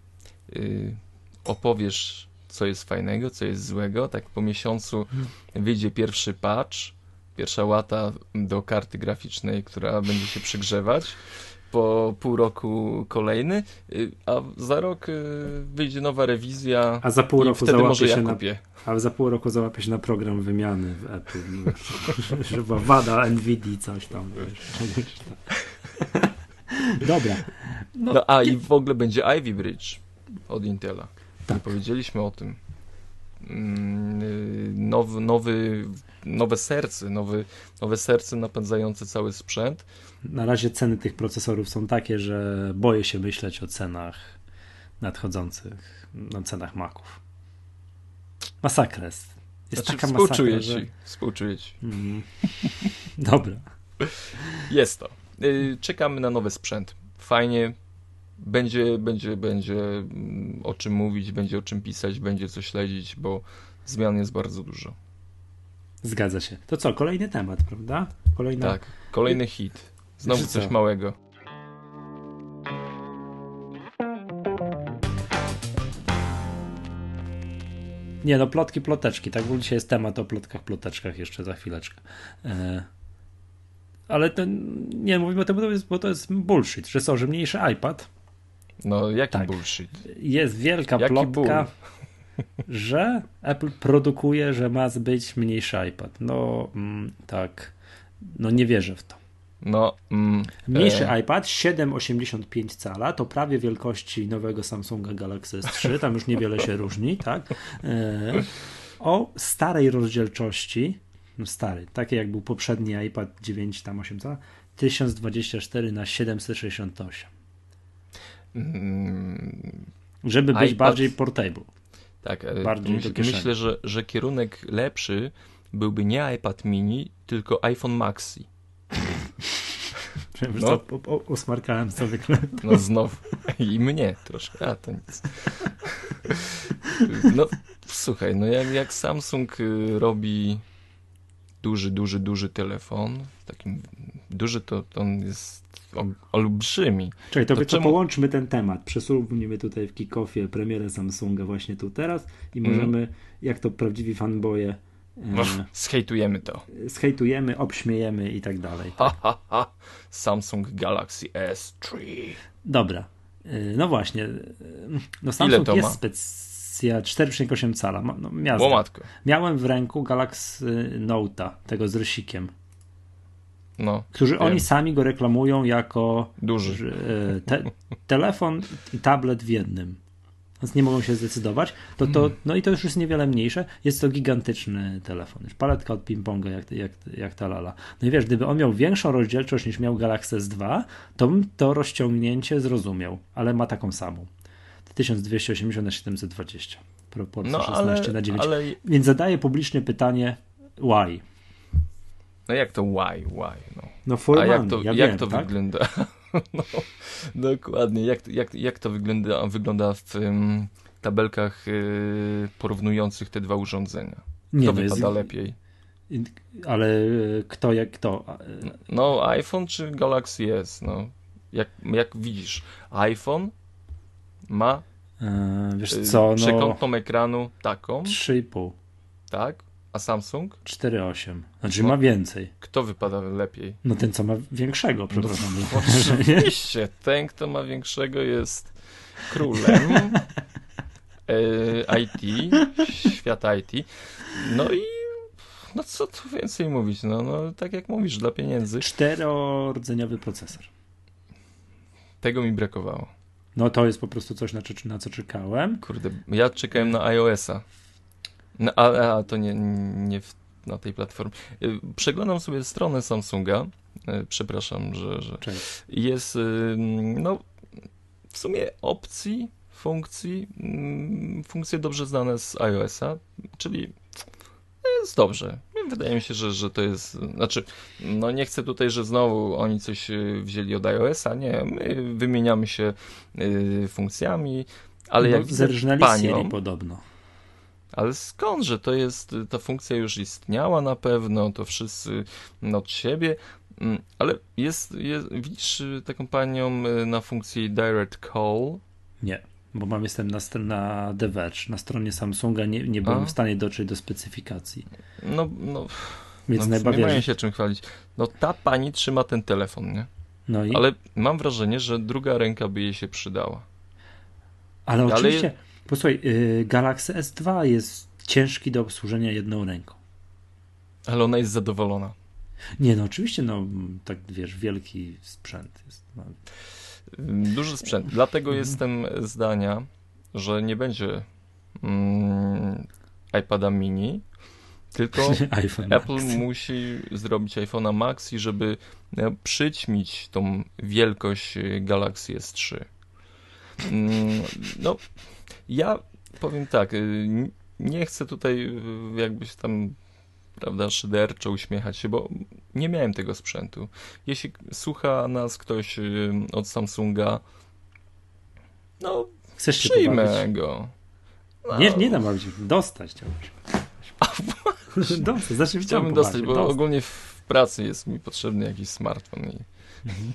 y, opowiesz, co jest fajnego, co jest złego, tak po miesiącu wyjdzie pierwszy patch, pierwsza łata do karty graficznej, która będzie się przygrzewać, po pół roku kolejny, y, a za rok y, wyjdzie nowa rewizja A za pół i roku wtedy załapie może ja się na, kupię. a za pół roku załapie się na program wymiany w Apple, że była wada Nvidia coś tam, wiesz, czegoś tam. Dobra. No a i w ogóle będzie Ivy Bridge od Intela. Tak. Nie powiedzieliśmy o tym. Mm, y, Nowy, nowy, nowe serce, nowy, nowe serce napędzające cały sprzęt. Na razie ceny tych procesorów są takie, że boję się myśleć o cenach nadchodzących, na cenach Maców. Masakra jest. Jest Znaczy, taka masakra, współczuję że... ci, współczuję ci. Mm. Dobra. Jest to. Y, Czekamy na nowy sprzęt. Fajnie. Będzie, będzie, będzie mm, o czym mówić, będzie o czym pisać, będzie co śledzić, bo zmian jest bardzo dużo. Zgadza się. To co, kolejny temat, prawda? Kolejna... Tak, kolejny hit. Znowu Wiesz coś co? małego. Nie no, plotki, ploteczki. Tak, bo dzisiaj jest temat o plotkach, ploteczkach jeszcze za chwileczkę. E... Ale to nie mówimy o tym, bo to jest, bo to jest bullshit, że co, że mniejszy iPad. No, jaki Tak. bullshit. Jest wielka Jaki plotka, że Apple produkuje, że ma być mniejszy iPad. No mm, tak, no nie wierzę w to. No, mm, Mniejszy e, iPad siedem przecinek osiemdziesiąt pięć cala, to prawie wielkości nowego Samsunga Galaxy S trzy, tam już niewiele się różni, tak? E, o starej rozdzielczości, no stary, takie jak był poprzedni iPad dziewięć, tam osiem cala, tysiąc dwadzieścia cztery na siedemset sześćdziesiąt osiem. mm, Żeby być iPad- bardziej portable. tak, e, bardziej myśl, do kieszeni. myślę, że, że kierunek lepszy byłby nie iPad mini, tylko iPhone Maxi. No. No. Co, o, o, osmarkałem co zwykle. No znowu. I mnie troszkę, a to nic. No słuchaj, no jak, jak Samsung y, robi duży, duży, duży telefon. Takim duży to, to on jest olbrzymi. Czekaj, to, to to czemu... połączmy ten temat. Przesuwmy tutaj w kick-offie premierę Samsunga właśnie tu teraz i mm. możemy, jak to prawdziwi fanboye, no, e, zhejtujemy to. Zhejtujemy, obśmiejemy i tak dalej. Ha, ha, ha. Samsung Galaxy S trzy. Dobra. No właśnie. No Samsung jest specja cztery przecinek osiem cala. No, o matko. Miałem w ręku Galaxy Note'a, tego z rysikiem. No, którzy wiem. oni sami go reklamują jako duży te, telefon i tablet w jednym. Więc nie mogą się zdecydować. To, to, no i to już jest niewiele mniejsze. Jest to gigantyczny telefon. Już paletka od ping-ponga, jak, jak, jak ta lala. No i wiesz, gdyby on miał większą rozdzielczość niż miał Galaxy S dwa, to bym to rozciągnięcie zrozumiał. Ale ma taką samą. tysiąc dwieście osiemdziesiąt na siedemset dwadzieścia. Proporcja no, szesnaście na dziewięć. Ale... Więc zadaję publicznie pytanie why? No jak to why, why? No, no for A money, jak to, ja jak wiem, to tak? wygląda? No, dokładnie. Jak, jak, jak to wygląda, wygląda w um, tabelkach y, porównujących te dwa urządzenia? Kto Nie, no wypada jest... lepiej? Ale kto jak kto? No iPhone czy Galaxy S? No. Jak, jak widzisz, iPhone ma Eee, wiesz co, no... przekątną ekranu taką. trzy i pół. Tak? A Samsung? cztery przecinek osiem. Znaczy no, ma więcej. Kto wypada lepiej? No ten, co ma większego, przepraszam. No, oczywiście. Ten, kto ma większego jest królem e, I T, świata I T. No i no co tu więcej mówić? No, no tak jak mówisz, dla pieniędzy. Czterordzeniowy procesor. Tego mi brakowało. No to jest po prostu coś, na, na co czekałem. Kurde, ja czekałem na iOS-a. No, a, a to nie, nie w, na tej platformie. Przeglądam sobie stronę Samsunga. Przepraszam, że, że jest no w sumie opcji, funkcji, funkcje dobrze znane z iOS-a, czyli jest dobrze. Wydaje mi się, że, że to jest, znaczy, no nie chcę tutaj, że znowu oni coś wzięli od iOS-a, nie, my wymieniamy się y, funkcjami, ale no, jak widzę panią, Siri podobno. Ale skądże? To jest, ta funkcja już istniała na pewno, to wszyscy od siebie, ale jest, jest widzisz taką panią na funkcji Direct Call? Nie, bo mam jestem na, na The Verge, na stronie Samsunga, nie, nie byłem A? w stanie dotrzeć do specyfikacji. No, no, Więc no nie mają się czym chwalić. No ta pani trzyma ten telefon, nie? No i? Ale mam wrażenie, że druga ręka by jej się przydała. Ale, Ale oczywiście... Posłuchaj, yy, Galaxy S dwa jest ciężki do obsłużenia jedną ręką. Ale ona jest zadowolona. Nie, no oczywiście, no tak wiesz, wielki sprzęt jest. No. Duży sprzęt. Dlatego mm. jestem zdania, że nie będzie mm, iPada mini, tylko Apple Max. Musi zrobić iPhone'a Max i żeby przyćmić tą wielkość Galaxy S trzy. Mm, no ja powiem tak, nie chcę tutaj jakbyś tam, prawda, szyderczo uśmiechać się, bo nie miałem tego sprzętu. Jeśli słucha nas ktoś od Samsunga, no chcesz przyjmę go. No. Nie, nie dam bardziej, dostać chciałbyś. dostać, znaczy chciałbym dostać, bo dostać. Ogólnie w pracy jest mi potrzebny jakiś smartfon. I... Mhm.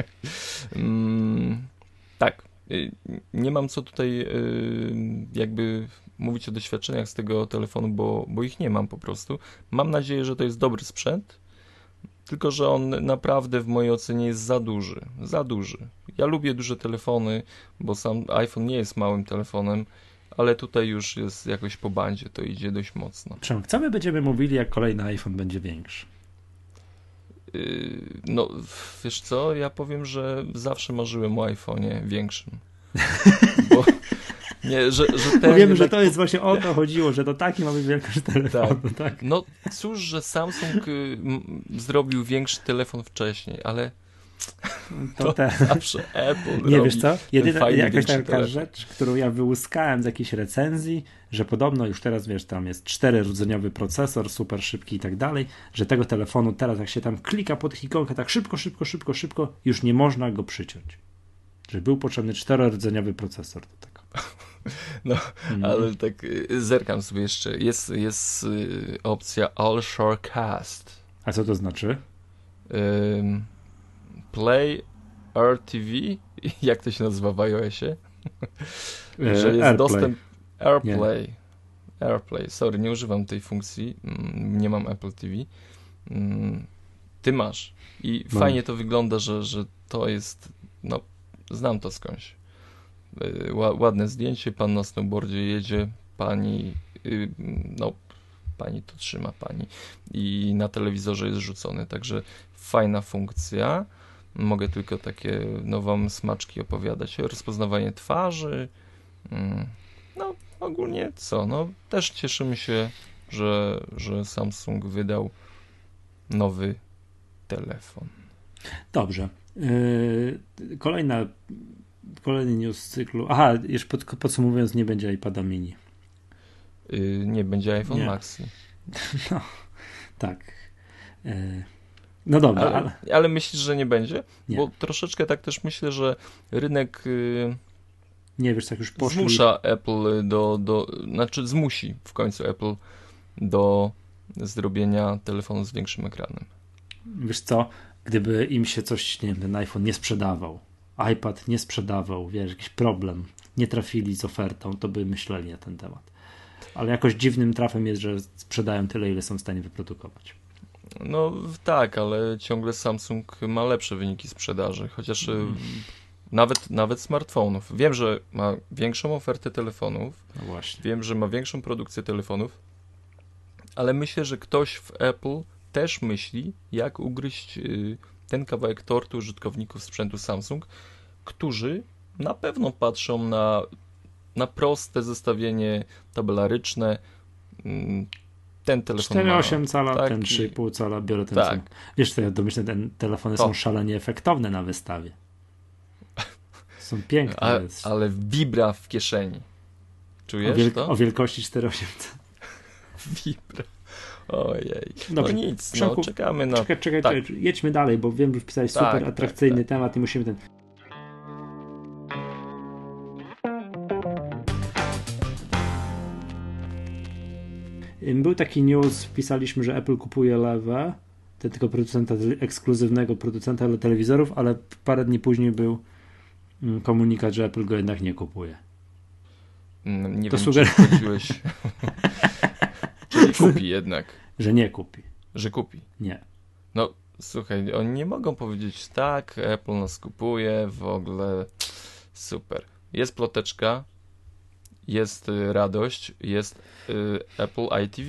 mm, tak. Nie mam co tutaj jakby mówić o doświadczeniach z tego telefonu, bo, bo ich nie mam po prostu. Mam nadzieję, że to jest dobry sprzęt, tylko że on naprawdę w mojej ocenie jest za duży. Za duży. Ja lubię duże telefony, bo sam iPhone nie jest małym telefonem, ale tutaj już jest jakoś po bandzie, to idzie dość mocno. Przemek, co my będziemy mówili, jak kolejny iPhone będzie większy? No, wiesz co, ja powiem, że zawsze marzyłem o iPhone'ie większym. Bo, nie, że, że ten Wiemy, jednak... że to jest właśnie o to chodziło, że to taki ma być wielkość telefonu. Tak. Tak. No cóż, że Samsung y, m, zrobił większy telefon wcześniej, ale to, to te... zawsze Apple nie, wiesz co, jedyna jakaś taka telefon. rzecz, którą ja wyłuskałem z jakiejś recenzji, że podobno już teraz, wiesz, tam jest czterordzeniowy procesor, super szybki i tak dalej, że tego telefonu teraz jak się tam klika pod ikonkę tak szybko, szybko, szybko, szybko, już nie można go przyciąć. Że był potrzebny czterordzeniowy procesor do tego. No, Mhm. ale tak y, zerkam sobie jeszcze. Jest, jest y, opcja All Shorecast. A co to znaczy? Ym, Play R T V? Jak to się nazywa w iOSie? E, Że jest AirPlay. dostęp AirPlay. AirPlay. Sorry, nie używam tej funkcji. Mm, Nie mam Apple T V. Mm, Ty masz. I Mam. fajnie to wygląda, że, że to jest... No, znam to skądś. Y, ła- Ładne zdjęcie. Pan na snowboardzie jedzie. Pani... y, No, pani to trzyma, pani. I na telewizorze jest rzucony. Także fajna funkcja. Mogę tylko takie no, wam smaczki opowiadać. Rozpoznawanie twarzy. Mm, No, ogólnie co? No, też cieszymy się, że, że Samsung wydał nowy telefon. Dobrze. Yy, kolejna, kolejny news z cyklu. Aha, jeszcze pod, podsumowując, nie będzie iPada mini. Yy, nie, będzie iPhone Nie. Maxi. No, tak. Yy, no dobra, ale... Ale, ale myślisz, że nie będzie? Nie. Bo troszeczkę tak też myślę, że rynek yy, Nie wiesz, tak już poszli. zmusza Apple do, do... Znaczy zmusi w końcu Apple do zrobienia telefonu z większym ekranem. Wiesz co, gdyby im się coś, nie wiem, ten iPhone nie sprzedawał, iPad nie sprzedawał, wiesz, jakiś problem, nie trafili z ofertą, to by myśleli na ten temat. Ale jakoś dziwnym trafem jest, że sprzedają tyle, ile są w stanie wyprodukować. No tak, ale ciągle Samsung ma lepsze wyniki sprzedaży, chociaż y, nawet, nawet smartfonów. Wiem, że ma większą ofertę telefonów, No właśnie. wiem, że ma większą produkcję telefonów, ale myślę, że ktoś w Apple też myśli, jak ugryźć y, ten kawałek tortu użytkowników sprzętu Samsung, którzy na pewno patrzą na, na proste zestawienie tabelaryczne. Mm, Ten telefon cztery ma osiem cala, taki- ten trzy i pół cala, biorę ten Tak. sam. Wiesz co, ja domyślę, te telefony To. są szalenie efektowne na wystawie. Są piękne. A, jest. ale wibra w kieszeni. o, Czujesz wielk- to? o wielkości cztery osiem cala. Wibra. Ojej. Dobrze. No nic, no, Przemku, czekamy na... Czekaj, czekaj, tak. czekaj, jedźmy dalej, bo wiem, że wpisałeś Tak, super tak, atrakcyjny tak. temat i musimy ten... Był taki news, wpisaliśmy, że Apple kupuje Lewę, tego producenta, ekskluzywnego producenta telewizorów, ale parę dni później był mm, komunikat, że Apple go jednak nie kupuje. Mm, Nie To wiem, suger- czy chodziłeś... Czyli kupi jednak. Że nie kupi. Że kupi. Nie. No, słuchaj, oni nie mogą powiedzieć tak, Apple nas kupuje, w ogóle super. Jest ploteczka, jest y, radość, jest y, Apple I T V.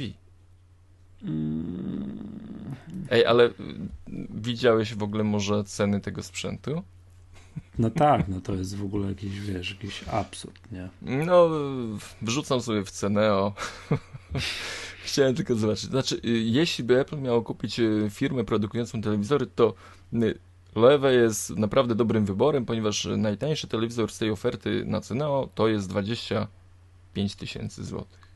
Ej, ale y, widziałeś w ogóle może ceny tego sprzętu? No tak, no to jest w ogóle jakiś, wiesz, jakiś absurd, nie? No, wrzucam sobie w Ceneo. Chciałem tylko zobaczyć. Znaczy, y, jeśli by Apple miało kupić y, firmę produkującą telewizory, to y, Loewe jest naprawdę dobrym wyborem, ponieważ y, najtańszy telewizor z tej oferty na Ceneo to jest dwadzieścia pięć tysięcy złotych.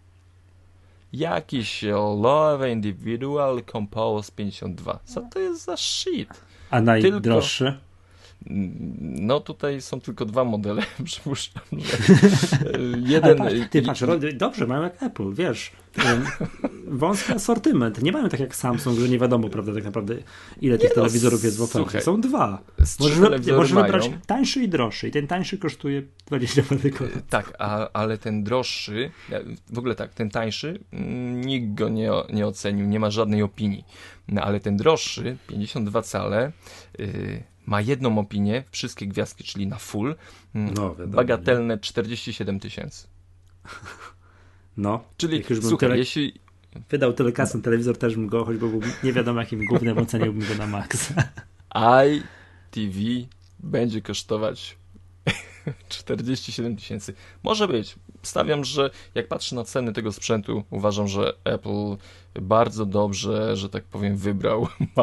Jakiś Loewe Individual Compose pięćdziesiąt dwa. Co to jest za shit? A najdroższy? No tutaj są tylko dwa modele, przypuszczam, że Ale jeden... patrz, ty patrz, ro- dobrze, mają jak Apple, wiesz, ym, wąski asortyment, nie mają tak jak Samsung, że nie wiadomo, prawda, tak naprawdę ile tych no, telewizorów jest w ofercie, słuchaj, są dwa, z trzy możesz, wy- telewizory możesz wybrać mają. tańszy i droższy i ten tańszy kosztuje dwadzieścia parę. Tak, a, ale ten droższy, w ogóle tak, ten tańszy, mm, nikt go nie, nie ocenił, nie ma żadnej opinii, no ale ten droższy, pięćdziesiąt dwa cale, yy, ma jedną opinię, wszystkie gwiazdki, czyli na full, mm, No, wiadomo, bagatelne czterdzieści siedem tysięcy. No, Czyli jak już bym słuchaj, tyle, jeśli wydał tyle kasy na telewizor, też bym go, choćby był nie wiadomo jakim gównem, oceniłbym go na maksa. I T V będzie kosztować czterdzieści siedem tysięcy. Może być. Stawiam, że jak patrzę na ceny tego sprzętu, uważam, że Apple bardzo dobrze, że tak powiem, wybrał.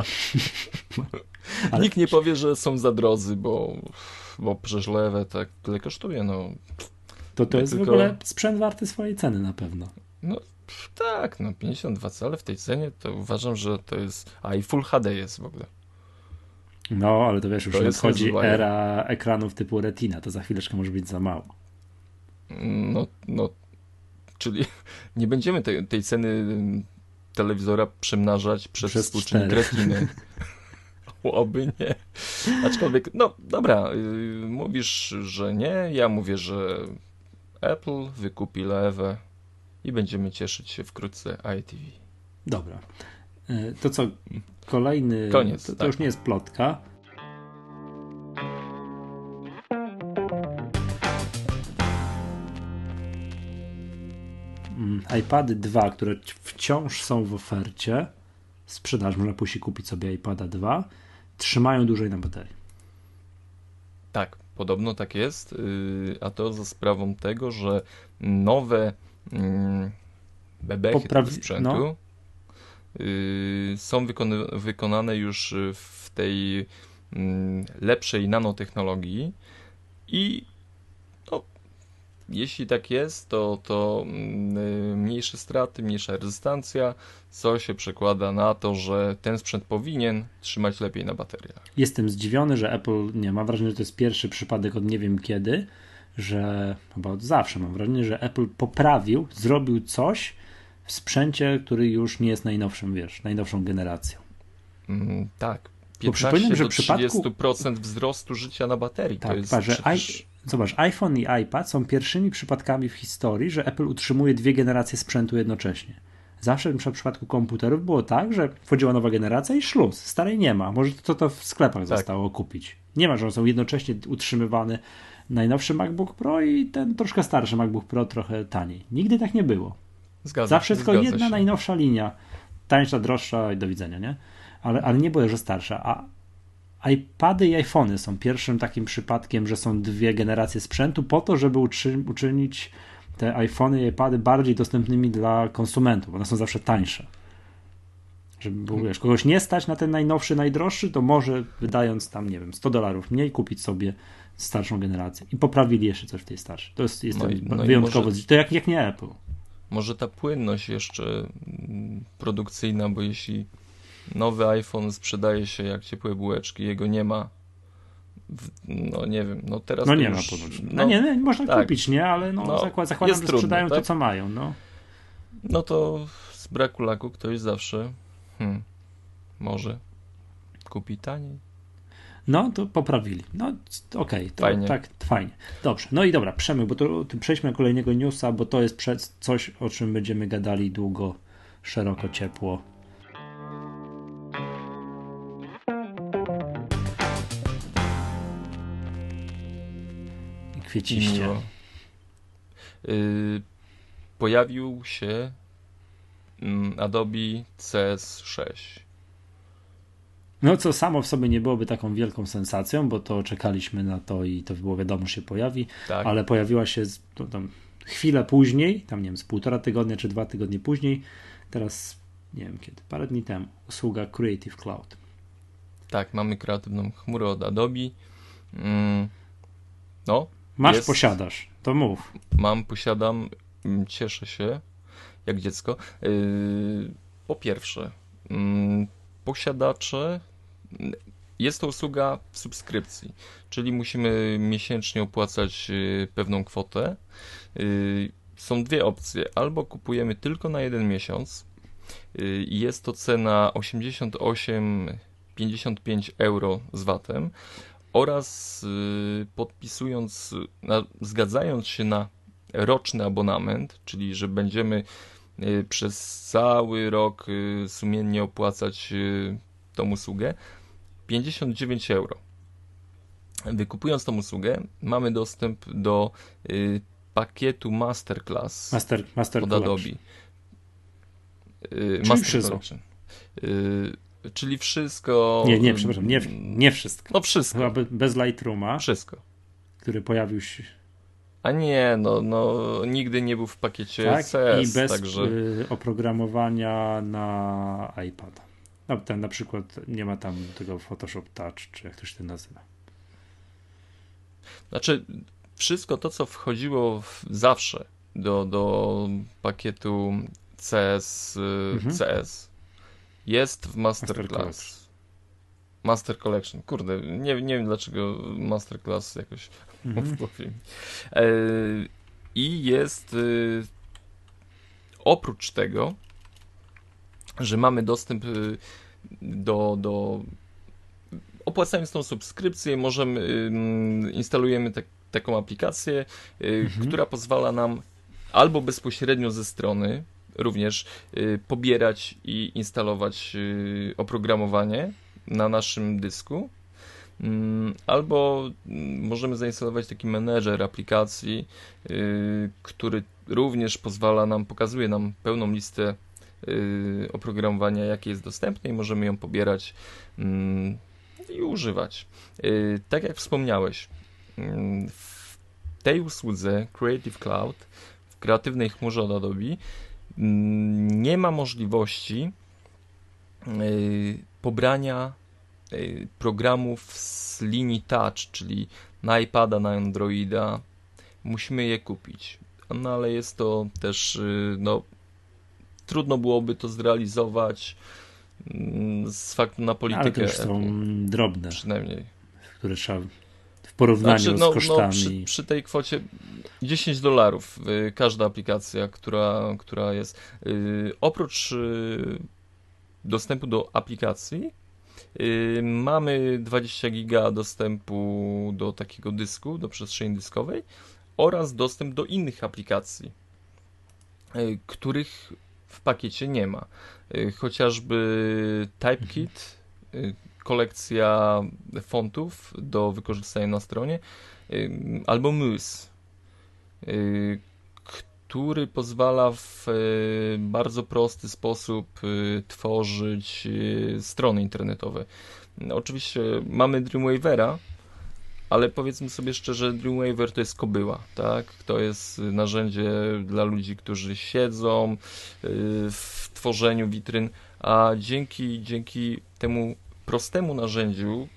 Ale- Nikt nie powie, że są za drodzy, bo, bo przecież lewe tak tyle kosztuje. No, To to Ja jest tylko- w ogóle sprzęt warty swojej ceny na pewno. no pff, tak, no pięćdziesiąt dwa cale w tej cenie, to uważam, że to jest... A i Full H D jest w ogóle. No, ale to wiesz, już To jest nadchodzi niezła era ekranów typu Retina, to za chwileczkę może być za mało. No, no, czyli nie będziemy tej, tej ceny telewizora przemnażać przez, Przez współczynnik cztery. retiny. Oby nie. Aczkolwiek, no dobra, yy, mówisz, że nie, ja mówię, że Apple wykupi lewę i będziemy cieszyć się wkrótce I T V. Dobra. E, To co, kolejny... Koniec, To, to tak. już nie jest plotka. Mm, iPady dwa, które wciąż są w ofercie, sprzedaż, można pójść i kupić sobie iPada dwa, trzymają dłużej na baterii. Tak, podobno tak jest, yy, a to za sprawą tego, że nowe yy, bebechy Poprawi- tego sprzętu no. yy, są wykony- wykonane już w tej yy, lepszej nanotechnologii i no, jeśli tak jest, to, to yy, mniejsze straty, mniejsza rezystancja, co się przekłada na to, że ten sprzęt powinien trzymać lepiej na bateriach. Jestem zdziwiony, że Apple, nie, mam wrażenie, że to jest pierwszy przypadek od nie wiem kiedy, że chyba od zawsze mam wrażenie, że Apple poprawił, zrobił coś w sprzęcie, który już nie jest najnowszym, wiesz, najnowszą generacją. Mm, tak. Bo przypominam, piętnaście że do w przypadku- trzydziestu procent wzrostu życia na baterii. Tak, to jest patrz, że przecież... i, zobacz, iPhone i iPad są pierwszymi przypadkami w historii, że Apple utrzymuje dwie generacje sprzętu jednocześnie. Zawsze w przypadku komputerów było tak, że wchodziła nowa generacja i szluz. Starej nie ma. Może to, to w sklepach Tak. zostało kupić. Nie ma, że są jednocześnie utrzymywane najnowszy MacBook Pro i ten troszkę starszy MacBook Pro trochę taniej. Nigdy tak nie było. Zgadza, Zawsze tylko zgadza jedna się. najnowsza linia. Tańsza, droższa i do widzenia, nie? Ale, ale nie było, że starsza. A iPady i iPhony są pierwszym takim przypadkiem, że są dwie generacje sprzętu po to, żeby uczy, uczynić te iPhony i iPady bardziej dostępnymi dla konsumentów. One są zawsze tańsze. Żeby było, wiesz, kogoś nie stać na ten najnowszy, najdroższy, to może wydając tam, nie wiem, sto dolarów mniej kupić sobie starszą generację. I poprawili jeszcze coś w tej starszej. To jest, jest No i- no i wyjątkowo. może- To jak, jak nie Apple. Może ta płynność jeszcze mm, produkcyjna, bo jeśli nowy iPhone sprzedaje się jak ciepłe bułeczki, jego nie ma, w, no nie wiem, no teraz No to nie ma już, ponoć. No, no, nie, nie, można tak. kupić, nie? Ale no, No, zakład, zakładam, jest że trudno, sprzedają to, tak? co mają. No. no to z braku laku ktoś zawsze hmm, może kupi taniej. No, to poprawili. No, c- okej, to Fajnie. tak, fajnie. Dobrze, no i dobra, Przemyk, bo to, to przejdźmy do kolejnego newsa, bo to jest przed coś, o czym będziemy gadali długo, szeroko, ciepło. I kwieciście. Miło. Y, pojawił się mm, Adobe C S sześć. No, co samo w sobie nie byłoby taką wielką sensacją, bo to czekaliśmy na to i to było wiadomo, że się pojawi, Tak. ale pojawiła się z, no, tam chwilę później, tam nie wiem, z półtora tygodnia czy dwa tygodnie później, teraz nie wiem kiedy, parę dni temu, usługa Creative Cloud. Tak, mamy kreatywną chmurę od Adobe. Mm, no, Masz, jest, posiadasz, to mów. mam, posiadam, mm, cieszę się jak dziecko. Yy, po pierwsze, mm, posiadacze, jest to usługa w subskrypcji, czyli musimy miesięcznie opłacać yy, pewną kwotę. Yy, są dwie opcje, albo kupujemy tylko na jeden miesiąc yy, i jest to cena osiemdziesiąt osiem pięćdziesiąt pięć euro z vatem, oraz y, podpisując, na, zgadzając się na roczny abonament, czyli że będziemy y, przez cały rok y, sumiennie opłacać y, tą usługę, pięćdziesiąt dziewięć euro. Wykupując tą usługę, mamy dostęp do y, pakietu Masterclass Master, master od Collection. Adobe. Y, Czyli Master wszystko. Collection. Y, czyli wszystko... Nie, nie, przepraszam, nie, nie wszystko. No wszystko. Chyba be, bez Lightrooma, Wszystko. który pojawił się, A nie, no, no nigdy nie był w pakiecie tak, C S, i bez także... y, oprogramowania na iPada. No, ten na przykład nie ma tam tego Photoshop Touch, czy jak to się to nazywa. Znaczy, wszystko to, co wchodziło w, zawsze do, do pakietu C S, Mhm. C S jest w Master Masterclass. Master Collection. Kurde, nie, nie wiem dlaczego Masterclass jakoś Mhm. w głowie mi. E, I jest y, oprócz tego, że mamy dostęp y, do, do opłacając tą subskrypcję możemy y, instalujemy tak, taką aplikację, y, mhm. która pozwala nam albo bezpośrednio ze strony również y, pobierać i instalować y, oprogramowanie na naszym dysku, y, albo y, możemy zainstalować taki menedżer aplikacji, y, który również pozwala nam, pokazuje nam pełną listę y, oprogramowania, jakie jest dostępne i możemy ją pobierać y, i używać. Y, tak jak wspomniałeś, y, w tej usłudze Creative Cloud, w kreatywnej chmurze od Adobe, nie ma możliwości y, pobrania y, programów z linii Touch, czyli na iPada, na Androida. Musimy je kupić. No ale jest to też, y, no, trudno byłoby to zrealizować y, z faktu na politykę. Ale to już są Apple, drobne, przynajmniej. które trzeba w porównaniu znaczy, no, z kosztami. No, przy, przy tej kwocie dziesięć dolarów y, każda aplikacja, która, która jest. Y, oprócz y, dostępu do aplikacji y, mamy dwadzieścia giga dostępu do takiego dysku, do przestrzeni dyskowej oraz dostęp do innych aplikacji, y, których w pakiecie nie ma. Y, chociażby TypeKit, y, kolekcja fontów do wykorzystania na stronie, y, albo Muse, y, który pozwala w y, bardzo prosty sposób y, tworzyć y, strony internetowe. No, oczywiście mamy Dreamweavera, ale powiedzmy sobie szczerze, Dreamweaver to jest kobyła, tak? To jest narzędzie dla ludzi, którzy siedzą y, w tworzeniu witryn, a dzięki, dzięki temu prostemu narzędziu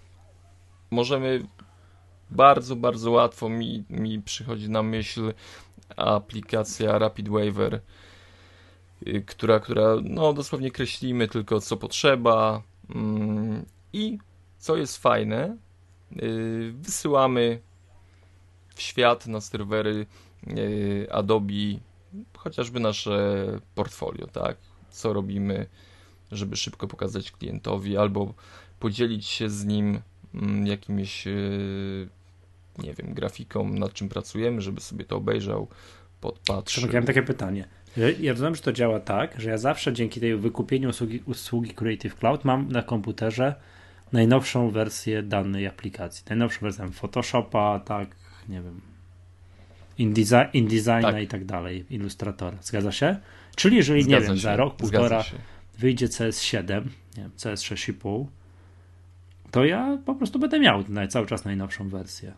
możemy bardzo, bardzo łatwo, mi, mi przychodzi na myśl aplikacja RapidWaver, y, która, która no dosłownie kreślimy tylko co potrzeba mm, i co jest fajne, y, wysyłamy w świat na serwery y, Adobe chociażby nasze portfolio, tak? Co robimy, żeby szybko pokazać klientowi, albo podzielić się z nim mm, jakimś y, nie wiem, grafiką, nad czym pracujemy, żeby sobie to obejrzał, podpatrzył. Ja mam takie pytanie. Ja rozumiem, że to działa tak, że ja zawsze dzięki tej wykupieniu usługi, usługi Creative Cloud mam na komputerze najnowszą wersję danej aplikacji. Najnowszą wersję Photoshopa, tak, nie wiem, InDesign, InDesigna tak. i tak dalej, Illustratora. Zgadza się? Czyli jeżeli, Zgadza nie wiem, się. za rok, półtora wyjdzie C S siedem, nie wiem, C S sześć i pół, to ja po prostu będę miał cały czas najnowszą wersję.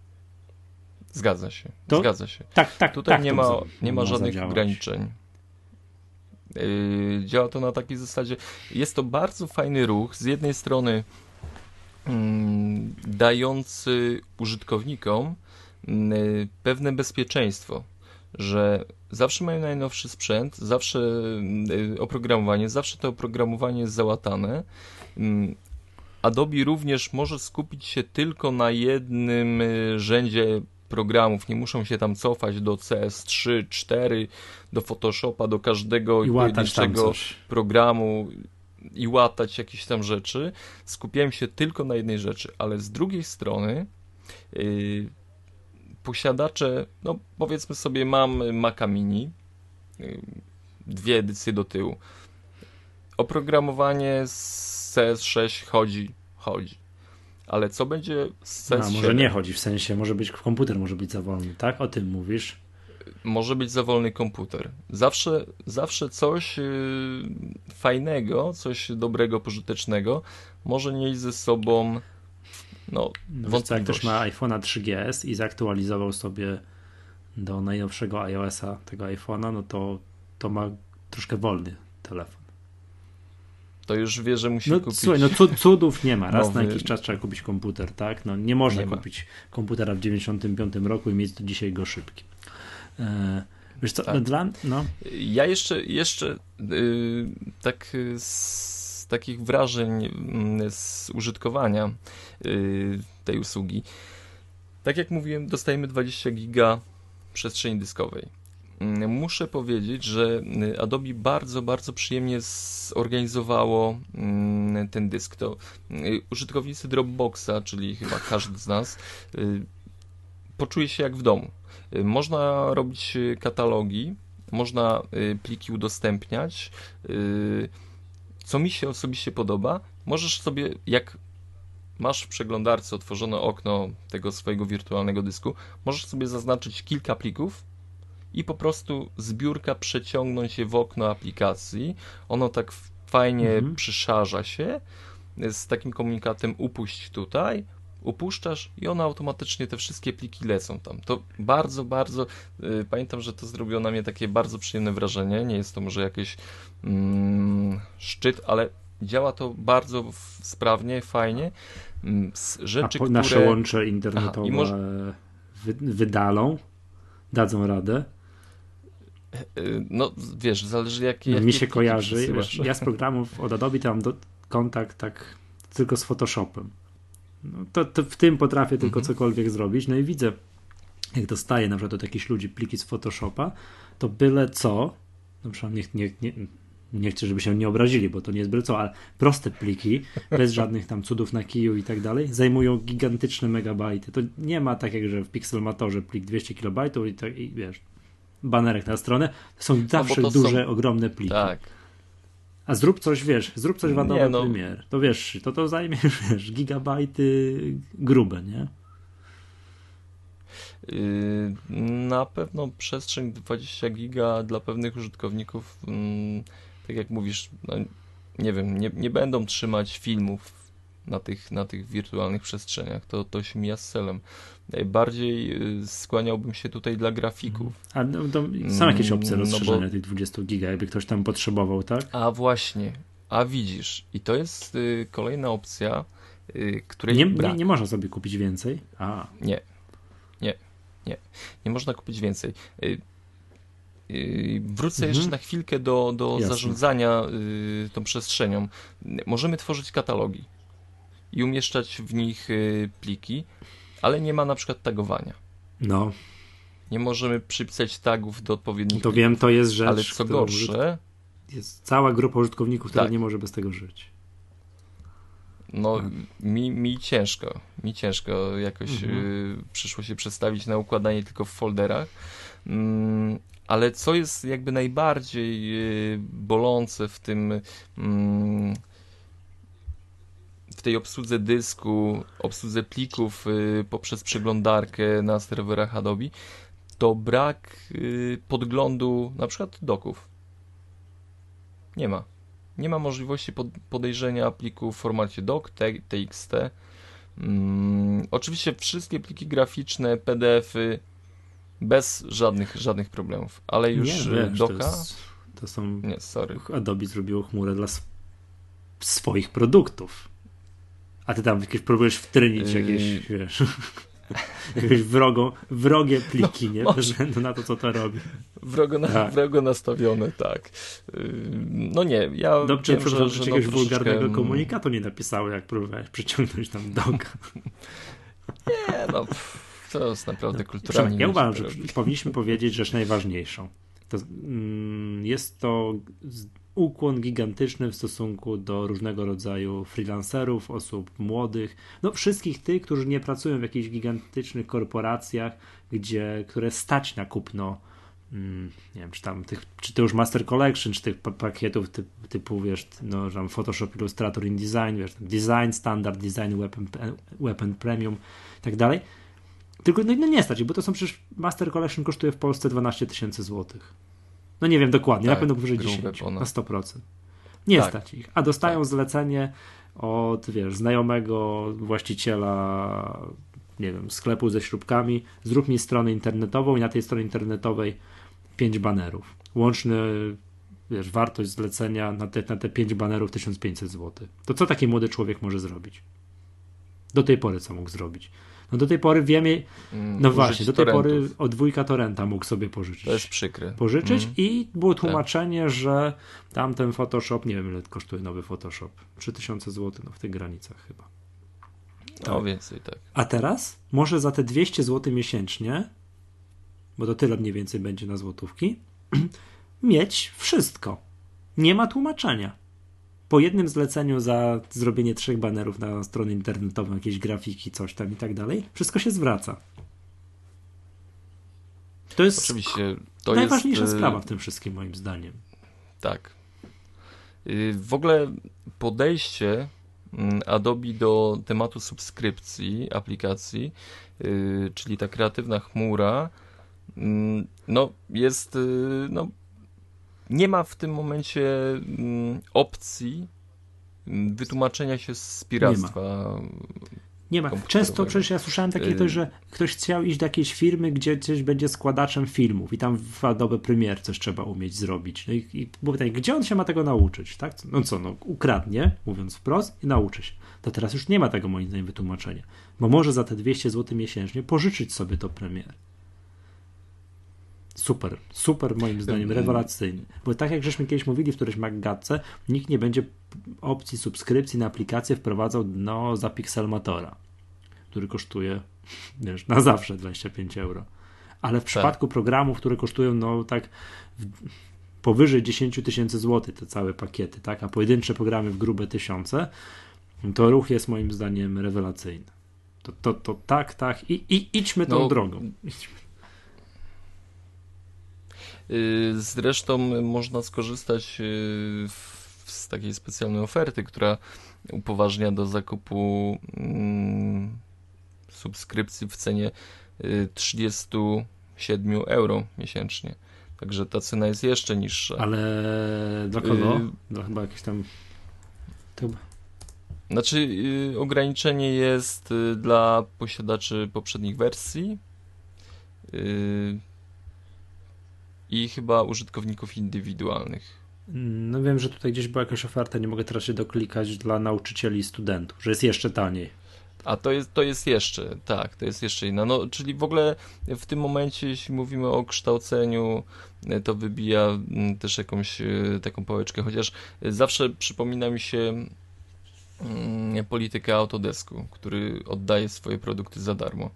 Zgadza się, to, zgadza się. Tak, tak, Tutaj tak, nie, ma, nie ma żadnych zadziałać. ograniczeń. Yy, działa to na takiej zasadzie. Jest to bardzo fajny ruch. Z jednej strony yy, dający użytkownikom yy, pewne bezpieczeństwo, że zawsze mają najnowszy sprzęt, zawsze yy, oprogramowanie, zawsze to oprogramowanie jest załatane. Yy, Adobe również może skupić się tylko na jednym yy, rzędzie programów, nie muszą się tam cofać do C S trzy, cztery, do Photoshopa, do każdego I pojedynczego programu i łatać jakieś tam rzeczy. Skupiałem się tylko na jednej rzeczy, ale z drugiej strony yy, posiadacze, no powiedzmy sobie, mam Maca Mini, yy, dwie edycje do tyłu. Oprogramowanie z C S sześć chodzi, chodzi. Ale co będzie z C S siedem? No, może nie chodzi, w sensie może być komputer może być za wolny, tak? O tym mówisz? Może być za wolny komputer. Zawsze, zawsze coś yy, fajnego, coś dobrego, pożytecznego może nieść ze sobą no, no wątpliwości. Jak ktoś ma iPhone'a trzy G S i zaktualizował sobie do najnowszego iOS-a tego iPhone'a, no to, to ma troszkę wolny telefon. To już wie, że musi no, kupić... Słuchaj, no cudów nie ma. Raz nowy... na jakiś czas trzeba kupić komputer, tak? No nie można nie kupić ma. komputera w dziewięćdziesiątym piątym roku i mieć do dzisiaj go szybki. Eee, wiesz co, tak. no dla... No. Ja jeszcze, jeszcze yy, tak z takich wrażeń yy, z użytkowania yy, tej usługi. Tak jak mówiłem, dostajemy dwadzieścia giga przestrzeni dyskowej. Muszę powiedzieć, że Adobe bardzo, bardzo przyjemnie zorganizowało ten dysk. To użytkownicy Dropboxa, czyli chyba każdy z nas, poczuje się jak w domu. Można robić katalogi, można pliki udostępniać. Co mi się osobiście podoba, możesz sobie, jak masz w przeglądarce otworzone okno tego swojego wirtualnego dysku, możesz sobie zaznaczyć kilka plików i po prostu zbiórka przeciągnąć je w okno aplikacji. Ono tak fajnie mhm. przyszarza się z takim komunikatem upuść tutaj, upuszczasz i one automatycznie, te wszystkie pliki lecą tam. To bardzo, bardzo, yy, pamiętam, że to zrobiło na mnie takie bardzo przyjemne wrażenie. Nie jest to może jakiś mm, szczyt, ale działa to bardzo w, sprawnie, fajnie. Z rzeczy, A po, nasze które... łącze internetowe Aha, może... wy, wydalą? Dadzą radę? No wiesz, zależy jakie... No, mi się kojarzy, wiesz, ja z programów od Adobe tam do, kontakt tak tylko z Photoshopem. No, to, to w tym potrafię tylko mhm. cokolwiek zrobić. No i widzę, jak dostaję na przykład od jakichś ludzi pliki z Photoshopa, to byle co, no przynajmniej nie, nie, nie, nie chcę, żeby się nie obrazili, bo to nie jest byle co, ale proste pliki, bez żadnych tam cudów na kiju i tak dalej, zajmują gigantyczne megabajty. To nie ma tak jak, że w Pixelmatorze plik dwieście kilobajtów i, tak, i wiesz, banerek na stronę, to są zawsze no to duże, są... ogromne pliki. Tak. A zrób coś, wiesz, zrób coś w Adobe no. Premiere, to wiesz, to to zajmie, wiesz, gigabajty grube, nie? Yy, na pewno przestrzeń dwadzieścia giga dla pewnych użytkowników, yy, tak jak mówisz, no, nie wiem, nie, nie będą trzymać filmów na tych, na tych wirtualnych przestrzeniach, to, to się mija z celem. Bardziej skłaniałbym się tutaj dla grafików. A no, to są jakieś opcje rozszerzenia no bo... tych dwudziestu giga, jakby ktoś tam potrzebował, tak? A właśnie, a widzisz, i to jest y, kolejna opcja, y, której nie, brak. Nie, nie można sobie kupić więcej? A. Nie, nie, nie. Nie można kupić więcej. Y, y, wrócę mhm. jeszcze na chwilkę do, do zarządzania y, tą przestrzenią. Możemy tworzyć katalogi i umieszczać w nich y, pliki, ale nie ma na przykład tagowania. No. Nie możemy przypisać tagów do odpowiednich To plików. wiem, to jest rzecz, ale co gorsze... Jest cała grupa użytkowników, która tak. nie może bez tego żyć. No, mi, mi ciężko. Mi ciężko jakoś mhm. y, przyszło się przestawić na układanie tylko w folderach. Mm, ale co jest jakby najbardziej y, bolące w tym... Mm, w tej obsłudze dysku, obsłudze plików y, poprzez przeglądarkę na serwerach Adobe, to brak y, podglądu na przykład doków. Nie ma. Nie ma możliwości pod, podejrzenia pliku w formacie doc, T X T. Mm, oczywiście wszystkie pliki graficzne, P D F-y bez żadnych, żadnych problemów, ale już nie, wiesz, doka... To, jest, to są... Nie, sorry. Adobe zrobiło chmurę dla sw- swoich produktów. A ty tam jakieś próbujesz wtrynić yy... jakieś, wiesz, jakieś wrogo, wrogie pliki, no, nie? Bez względu na to, co to robi. Wrogo, na, tak. wrogo nastawione, tak. Yy, no nie, ja Dobrze, wiem, że, że, że no, jakiegoś troszeczkę... wulgarnego komunikatu nie napisało, jak próbowałeś przyciągnąć tam doka. Nie, no, pff, to jest naprawdę kulturalnie. No, ja uważam, że robić. Powinniśmy powiedzieć rzecz najważniejszą. To, mm, jest to ukłon gigantyczny w stosunku do różnego rodzaju freelancerów, osób młodych, no wszystkich tych, którzy nie pracują w jakichś gigantycznych korporacjach, gdzie, które stać na kupno mm, nie wiem, czy tam tych, czy to już Master Collection, czy tych pakietów typ, typu, wiesz, no tam Photoshop, Illustrator, InDesign, wiesz, Design Standard, Design Weapon, Weapon Premium i tak dalej. Tylko no, no nie stać, bo to są przecież Master Collection kosztuje w Polsce dwanaście tysięcy złotych. No nie wiem dokładnie, tak, na pewno powyżej dziesięć, na sto procent. Nie tak. stać ich, a dostają tak. zlecenie od, wiesz, znajomego właściciela, nie wiem, sklepu ze śrubkami, zrób mi stronę internetową i na tej stronie internetowej pięć banerów. Łączny, wiesz, wartość zlecenia na te, na te pięć banerów tysiąc pięćset złotych. To co taki młody człowiek może zrobić? Do tej pory co mógł zrobić? No do tej pory wiemy, no właśnie, do tej torrentów. pory od dwójka torrenta mógł sobie pożyczyć. To jest przykre. Pożyczyć mm. i było tłumaczenie, tak. że tamten Photoshop, nie wiem ile kosztuje nowy Photoshop, trzy tysiące złotych, no w tych granicach chyba. No tak. więcej, tak. A teraz może za te dwieście złotych miesięcznie bo to tyle mniej więcej będzie na złotówki, mieć wszystko. Nie ma tłumaczenia. Po jednym zleceniu za zrobienie trzech banerów na stronę internetową, jakieś grafiki, coś tam i tak dalej, wszystko się zwraca. To jest Oczywiście, to najważniejsza jest, sprawa w tym wszystkim, moim zdaniem. Tak. W ogóle podejście Adobe do tematu subskrypcji aplikacji, czyli ta kreatywna chmura, no jest, no nie ma w tym momencie opcji wytłumaczenia się z piractwa. Nie ma. Często przecież ja słyszałem takie coś, że ktoś chciał iść do jakiejś firmy, gdzie coś będzie składaczem filmów i tam w Adobe Premiere coś trzeba umieć zrobić. No i, i było pytanie, gdzie on się ma tego nauczyć? Tak? No co, no ukradnie, mówiąc wprost, i nauczy się. To teraz już nie ma tego moim zdaniem wytłumaczenia, bo może za te dwieście złotych miesięcznie pożyczyć sobie to Premiere. Super, super moim zdaniem, rewelacyjny. Bo tak jak żeśmy kiedyś mówili w którejś MacGadce, nikt nie będzie opcji subskrypcji na aplikację wprowadzał no, za Pixelmatora, który kosztuje wiesz, na zawsze dwadzieścia pięć euro. Ale w przypadku tak. programów, które kosztują no tak w, powyżej dziesięć tysięcy złotych te całe pakiety, tak, a pojedyncze programy w grube tysiące, to ruch jest moim zdaniem rewelacyjny. To, to, to tak, tak i, i idźmy tą no. drogą. Idźmy. Zresztą można skorzystać z takiej specjalnej oferty, która upoważnia do zakupu subskrypcji w cenie trzydzieści siedem euro miesięcznie. Także ta cena jest jeszcze niższa. Ale dla kogo? Dla chyba jakieś tam... Znaczy ograniczenie jest dla posiadaczy poprzednich wersji i chyba użytkowników indywidualnych. No wiem, że tutaj gdzieś była jakaś oferta, nie mogę teraz się doklikać, dla nauczycieli i studentów, że jest jeszcze taniej. A to jest, to jest jeszcze, tak, to jest jeszcze inna. No, czyli w ogóle w tym momencie, jeśli mówimy o kształceniu, to wybija też jakąś taką pałeczkę, chociaż zawsze przypomina mi się politykę Autodesku, który oddaje swoje produkty za darmo.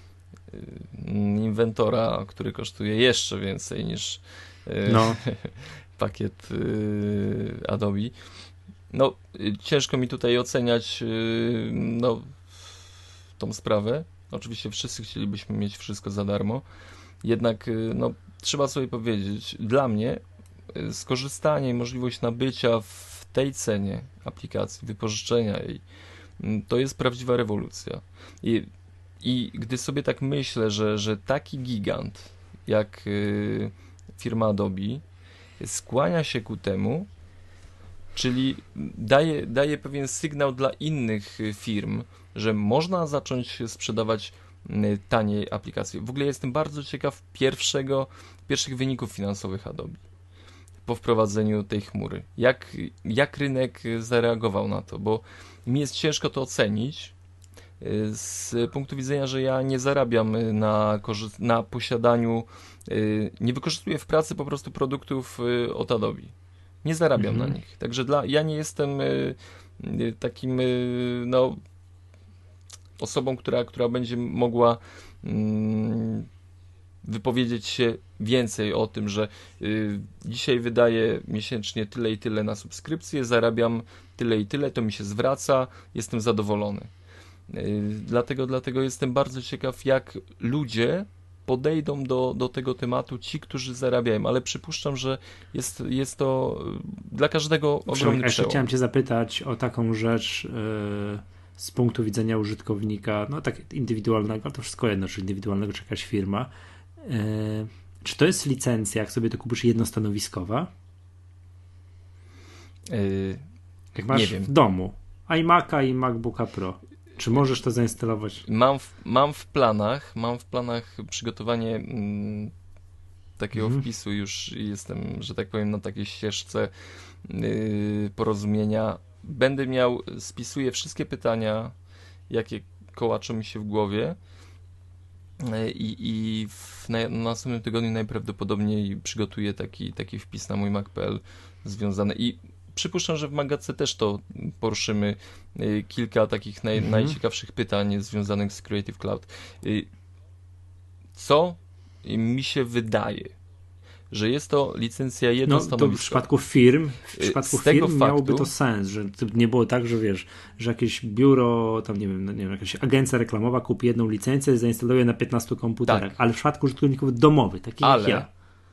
Inventora, który kosztuje jeszcze więcej niż no. pakiet Adobe. No, ciężko mi tutaj oceniać no, tą sprawę. Oczywiście wszyscy chcielibyśmy mieć wszystko za darmo. Jednak no, trzeba sobie powiedzieć, dla mnie skorzystanie i możliwość nabycia w tej cenie aplikacji, wypożyczenia jej, to jest prawdziwa rewolucja. I I gdy sobie tak myślę, że, że taki gigant jak y, firma Adobe skłania się ku temu, czyli daje, daje pewien sygnał dla innych firm, że można zacząć sprzedawać y, taniej aplikacje. W ogóle jestem bardzo ciekaw pierwszego, pierwszych wyników finansowych Adobe po wprowadzeniu tej chmury. Jak, jak rynek zareagował na to, bo mi jest ciężko to ocenić, z punktu widzenia, że ja nie zarabiam na, na posiadaniu, nie wykorzystuję w pracy po prostu produktów od Adobe. Nie zarabiam mhm. na nich. Także dla, ja nie jestem takim no, osobą, która, która będzie mogła wypowiedzieć się więcej o tym, że dzisiaj wydaję miesięcznie tyle i tyle na subskrypcję, zarabiam tyle i tyle, to mi się zwraca, jestem zadowolony. Dlatego, dlatego jestem bardzo ciekaw, jak ludzie podejdą do, do tego tematu, ci, którzy zarabiają, ale przypuszczam, że jest, jest to dla każdego ogromny przełom. Chciałem cię zapytać o taką rzecz yy, z punktu widzenia użytkownika, no tak indywidualnego, ale to wszystko jedno, czy indywidualnego, czy jakaś firma. Yy, czy to jest licencja, jak sobie to kupisz jednostanowiskowa? Yy, jak masz nie wiem. w domu iMac'a i MacBooka Pro. Czy możesz to zainstalować? Mam w, mam w planach, mam w planach przygotowanie mm, takiego mm. wpisu, już jestem, że tak powiem, na takiej ścieżce yy, porozumienia. Będę miał, spisuję wszystkie pytania, jakie kołaczą mi się w głowie yy, i w na, na następnym tygodniu najprawdopodobniej przygotuję taki, taki wpis na mój mac kropka p l związany i przypuszczam, że w Magatce też to poruszymy y, kilka takich naj, mhm. najciekawszych pytań związanych z Creative Cloud. Y, co mi się wydaje, że jest to licencja No jednostanowiskowa. to w przypadku firm, w Y, przypadku z tego firm faktu- miałoby to sens, że to nie było tak, że wiesz, że jakieś biuro, tam nie wiem, no nie wiem, jakaś agencja reklamowa kupi jedną licencję i zainstaluje na piętnastu komputerach, Tak. ale w przypadku użytkowników domowych, takich Ale- jak ja.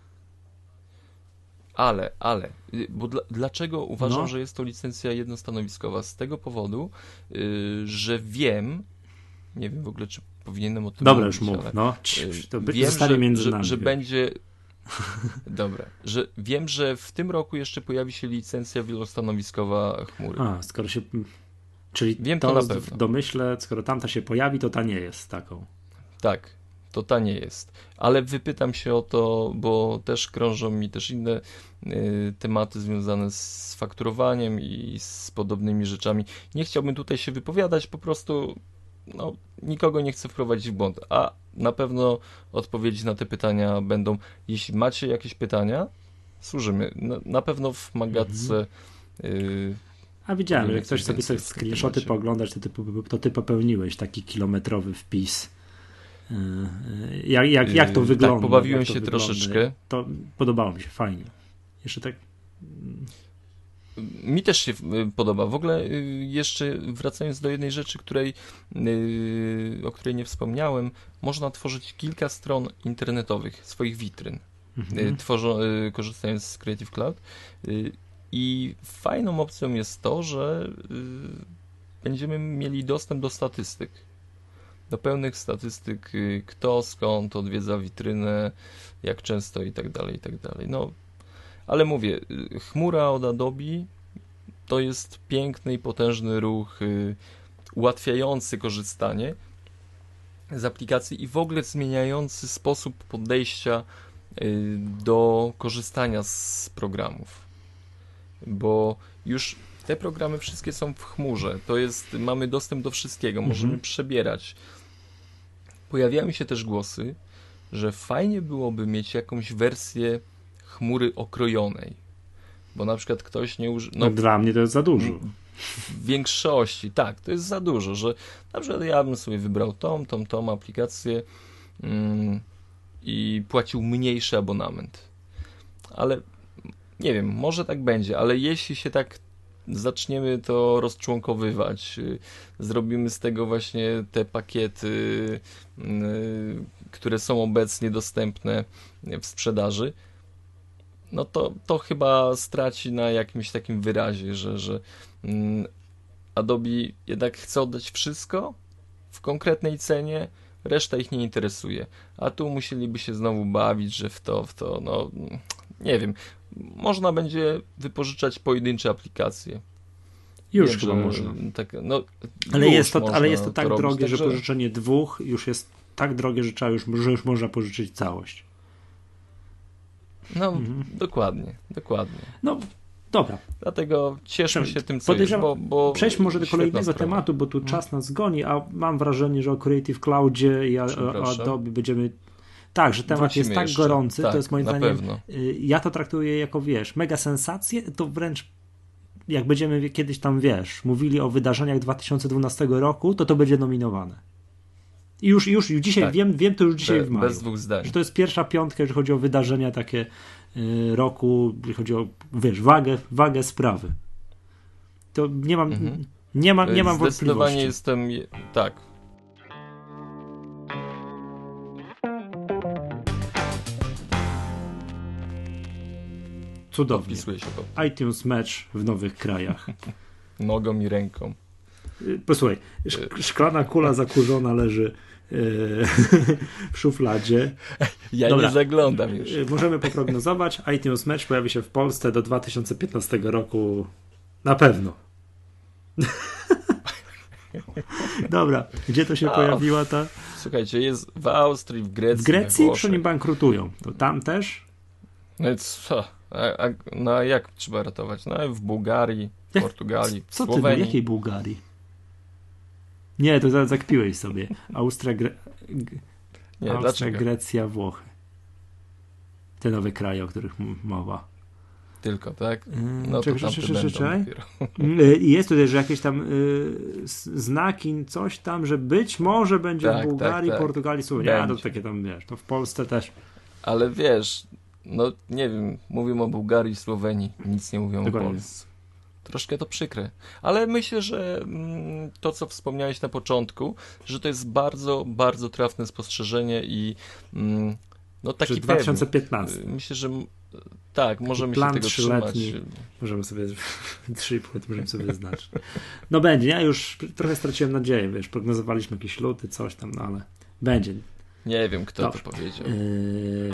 Ale, ale, y, bo dla, dlaczego uważam, No. że jest to licencja jednostanowiskowa? Z tego powodu, y, że wiem, nie wiem w ogóle, czy powinienem o tym Dobra, mówić, już mów, ale, no. y, To by- wiem, zostanie że, między że, nami. że wiesz. będzie... Dobra, że wiem, że w tym roku jeszcze pojawi się licencja wielostanowiskowa chmury. A, skoro się... Czyli Wiem to, to na w pewno. domyśle, skoro tamta się pojawi, to ta nie jest taką. Tak, to ta nie jest. Ale wypytam się o to, bo też krążą mi też inne y, tematy związane z fakturowaniem i z podobnymi rzeczami. Nie chciałbym tutaj się wypowiadać, po prostu no, nikogo nie chcę wprowadzić w błąd. A na pewno odpowiedzi na te pytania będą. Jeśli macie jakieś pytania, służymy. Na, na pewno w magatce y, A widziałem, Powiem że ktoś coś sobie więcej chce w tym screenshoty temacie. pooglądać, to ty, to ty popełniłeś taki kilometrowy wpis. Yy, yy, Jak, jak, jak to Yy, wygląda? tak, pobawiłem jak to się wygląda? troszeczkę. To podobało mi się, fajnie. Jeszcze tak... Mi też się y, podoba. W ogóle y, jeszcze wracając do jednej rzeczy, której, y, o której nie wspomniałem, można tworzyć kilka stron internetowych, swoich witryn, Mhm. y, tworzą, y, korzystając z Creative Cloud. Y, I fajną opcją jest to, że y, będziemy mieli dostęp do statystyk. Do pełnych statystyk, y, kto skąd odwiedza witrynę, jak często i tak dalej, i tak dalej. No, ale mówię, y, chmura od Adobe to jest piękny i potężny ruch y, ułatwiający korzystanie z aplikacji i w ogóle zmieniający sposób podejścia y, do korzystania z programów. Bo już te programy wszystkie są w chmurze. To jest, mamy dostęp do wszystkiego, możemy Mhm. przebierać. Pojawiają się też głosy, że fajnie byłoby mieć jakąś wersję chmury okrojonej. Bo na przykład ktoś nie używa. No, dla mnie to jest za dużo. W większości, tak, to jest za dużo, że na przykład ja bym sobie wybrał tą, tą, tą aplikację mm, i płacił mniejszy abonament. Ale nie wiem, może tak będzie, ale jeśli się tak zaczniemy to rozczłonkowywać, y, zrobimy z tego właśnie te pakiety, y, które są obecnie dostępne w sprzedaży, no to, to chyba straci na jakimś takim wyrazie, że, że mm, Adobe jednak chce oddać wszystko w konkretnej cenie, reszta ich nie interesuje. A tu musieliby się znowu bawić, że w to, w to, no nie wiem. Można będzie wypożyczać pojedyncze aplikacje. Już Wiem, chyba że, można. Tak, no, Ale już jest, to, można ale jest to tak robić, drogie, że także- pożyczenie dwóch już jest tak drogie, że trzeba już, że już można pożyczyć całość. No, Mhm. dokładnie, dokładnie. No, dobra. Dlatego cieszmy się tym, co jest, Podejrzewam- bo, bo Przejdźmy może do świetna kolejnego sprawa. tematu, bo tu czas nas goni, a mam wrażenie, że o Creative Cloudzie i o- o Przepraszam. Adobe będziemy... Tak, że temat Wrócimy jest tak jeszcze. gorący, Tak, to jest moim na zdaniem... pewno. y, Ja to traktuję jako, wiesz, mega sensację, to wręcz jak będziemy wie- kiedyś tam, wiesz, mówili o wydarzeniach dwa tysiące dwunastego roku, to to będzie nominowane. I już, już dzisiaj Tak. wiem, wiem to już dzisiaj Be, w maju. bez dwóch zdań. Że to jest pierwsza piątka, jeżeli chodzi o wydarzenia takie y, roku, jeżeli chodzi o, wiesz, wagę, wagę sprawy. To nie mam, Mhm. nie mam, nie mam Zdecydowanie wątpliwości. jestem, je- tak. Cudownie. Podpisuję się to. iTunes Match w nowych krajach. Nogą i ręką. Y, Posłuchaj, szk- szklana kula zakurzona leży y, w szufladzie. Ja Dobra. nie zaglądam już. Y, Możemy poprognozować. iTunes Match pojawi się w Polsce do dwa tysiące piętnastego roku na pewno. Dobra, gdzie to się A, pojawiła ta? Słuchajcie, jest w Austrii, w Grecji, W Grecji, we czy oni Włoszech. bankrutują? To tam też? No i co? A, a, no a jak trzeba ratować? No w Bułgarii, w Jak- Portugalii, w Co ty, w Słowenii. jakiej Bułgarii? Nie, to zaraz zakpiłeś sobie. Austria, Gre... G- Nie, Austria dlaczego? Grecja, Włochy. Te nowe kraje, o których m- mowa. tylko, tak? Mm, No to czekaj, tamte czekaj, będą czekaj. dopiero. Y, Jest tutaj, że jakieś tam y, s- znaki, coś tam, że być może będzie Tak, w Bułgarii, tak, tak. Portugalii, Słowenii. A, to Będzie. takie tam, wiesz, to w Polsce też. Ale wiesz, no nie wiem, mówią o Bułgarii i Słowenii, nic nie mówią Dokładnie. o Polsce. Troszkę to przykre. Ale myślę, że mm, to, co wspomniałeś na początku, że to jest bardzo, bardzo trafne spostrzeżenie i mm, no taki Że dwa tysiące pewnik. piętnasty. Myślę, że m- tak, możemy się plan tego trzymać. trzyletni. Możemy sobie trzy i pół lat możemy sobie wyznaczyć. No będzie, ja już trochę straciłem nadzieję, wiesz, prognozowaliśmy jakieś luty, coś tam, no ale będzie. Nie wiem, kto Dobrze. to powiedział. Yy...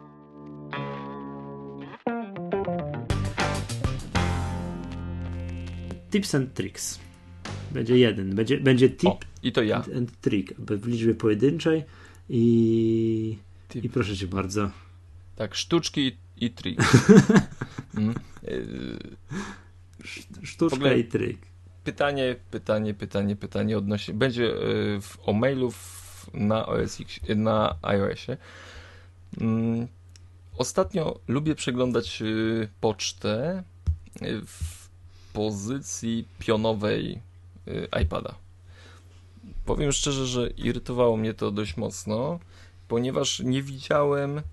Tips and tricks. Będzie jeden. Będzie, będzie tip O, i to ja. and trick w liczbie pojedynczej i, Tip. i proszę cię bardzo. Tak, sztuczki i, i trik. Mm. Y, Sztuczka W ogóle- i trik. Pytanie, pytanie, pytanie, pytanie odnośnie. Będzie y, w, o mailów na O S X, na iOSie. Mm, ostatnio lubię przeglądać y, pocztę y, w pozycji pionowej y, iPada. Powiem szczerze, że irytowało mnie to dość mocno, ponieważ nie widziałem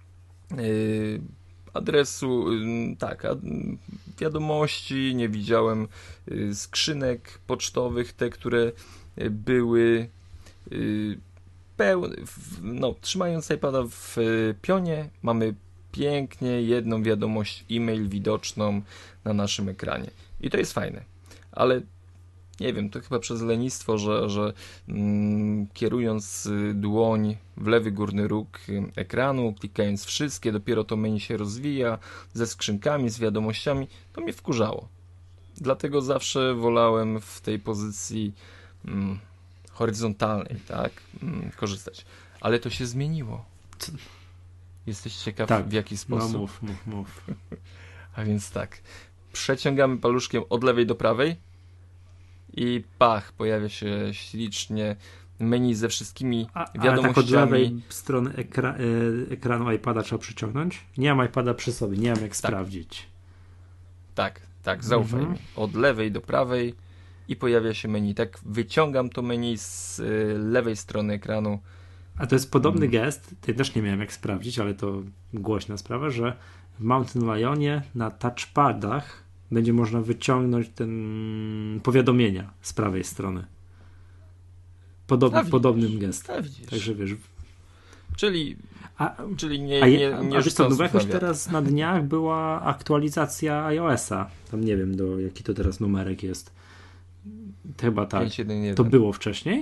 y, adresu, y, tak, ad, wiadomości, nie widziałem y, skrzynek pocztowych, te, które y, były y, pełne, w, no, trzymając iPada w y, pionie, mamy pięknie jedną wiadomość e-mail widoczną na naszym ekranie. I to jest fajne, ale nie wiem, to chyba przez lenistwo, że, że mm, kierując y, dłoń w lewy górny róg y, ekranu, klikając wszystkie, dopiero to menu się rozwija ze skrzynkami, z wiadomościami, to mnie wkurzało. Dlatego zawsze wolałem w tej pozycji mm, horyzontalnej, tak, mm, korzystać. Ale to się zmieniło. Jesteś ciekaw, Tak. w jaki No sposób? mów, mów, mów. A więc tak, przeciągamy paluszkiem od lewej do prawej i pach, pojawia się ślicznie menu ze wszystkimi A, ale tak wiadomościami. od lewej strony ekra- e, ekranu iPada trzeba przyciągnąć? Nie mam iPada przy sobie, nie mam jak sprawdzić. Tak, tak, zaufaj Mhm. mi. Od lewej do prawej i pojawia się menu. Tak wyciągam to menu z y, lewej strony ekranu. A to jest podobny Mm. gest, ty też nie miałem jak sprawdzić, ale to głośna sprawa, że w Mountain Lionie na touchpadach będzie można wyciągnąć ten powiadomienia z prawej strony. Podobny, A widzisz, podobnym gestem. A widzisz. Także wiesz. Czyli, A, czyli nie, a, nie, je, nie, a, nie a wiesz co, no bo rzucam jakoś słów na wiatr. teraz na dniach była aktualizacja iOS-a. Tam nie wiem, do jaki to teraz numerek jest. Chyba tak. pięć jeden jeden. To było wcześniej?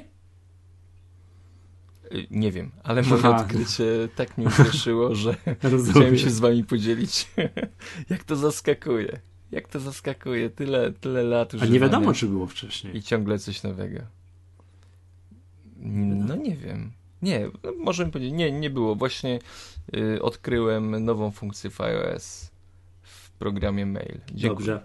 Y, Nie wiem, ale moje Aha. odkrycie tak mnie ucieszyło, że Rozumiem. chciałem się z wami podzielić. Jak to zaskakuje. Jak to zaskakuje. Tyle, tyle lat A używania nie wiadomo, czy było wcześniej. i ciągle coś nowego. No nie wiem. Nie, no możemy powiedzieć, nie, nie było. Właśnie y, odkryłem nową funkcję w iOS w programie Mail. Dziękuję. Dobrze.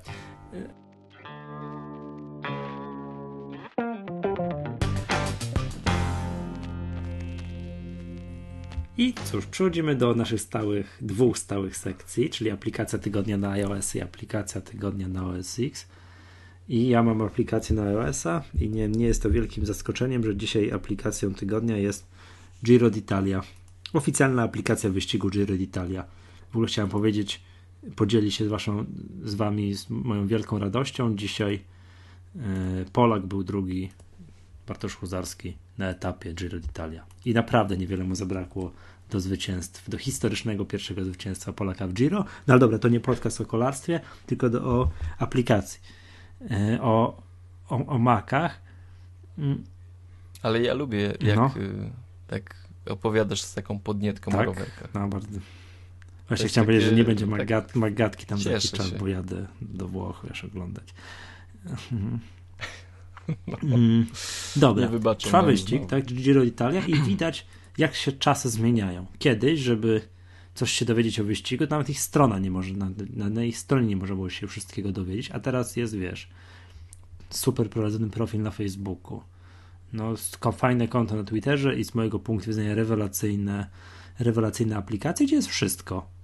I cóż, przechodzimy do naszych stałych, dwóch stałych sekcji, czyli aplikacja tygodnia na iOS i aplikacja tygodnia na O S X. I ja mam aplikację na iOS-a i nie, nie jest to wielkim zaskoczeniem, że dzisiaj aplikacją tygodnia jest Giro d'Italia. Oficjalna aplikacja wyścigu Giro d'Italia. W ogóle chciałem powiedzieć, podzielić się z, waszą, z wami z moją wielką radością. Dzisiaj e, Polak był drugi, Bartosz Huzarski na etapie Giro d'Italia. I naprawdę niewiele mu zabrakło do zwycięstw, do historycznego pierwszego zwycięstwa Polaka w Giro. No ale dobra, to nie podcast o kolarstwie, tylko do, o aplikacji. E, o, o, o Macach. Mm, Ale ja lubię, jak No. y, tak opowiadasz z taką podnietką Tak? o rowerkach. No bardzo. Właśnie jest chciałem powiedzieć, że takie- nie będzie tak- magat, magatki tam za Cieszę jakiś czas, się. bo jadę do Włoch, wiesz, oglądać. Mhm. Mm, Dobra, Nie wybaczę trwa nam wyścig, znowu. tak, Giro d'Italia i widać, jak się czasy zmieniają. Kiedyś, żeby coś się dowiedzieć o wyścigu, to nawet ich strona nie może, na, na, na ich stronie nie można było się wszystkiego dowiedzieć, a teraz jest, wiesz, super prowadzony profil na Facebooku. No, sk- fajne konto na Twitterze i z mojego punktu widzenia rewelacyjne, rewelacyjne aplikacje, gdzie jest wszystko.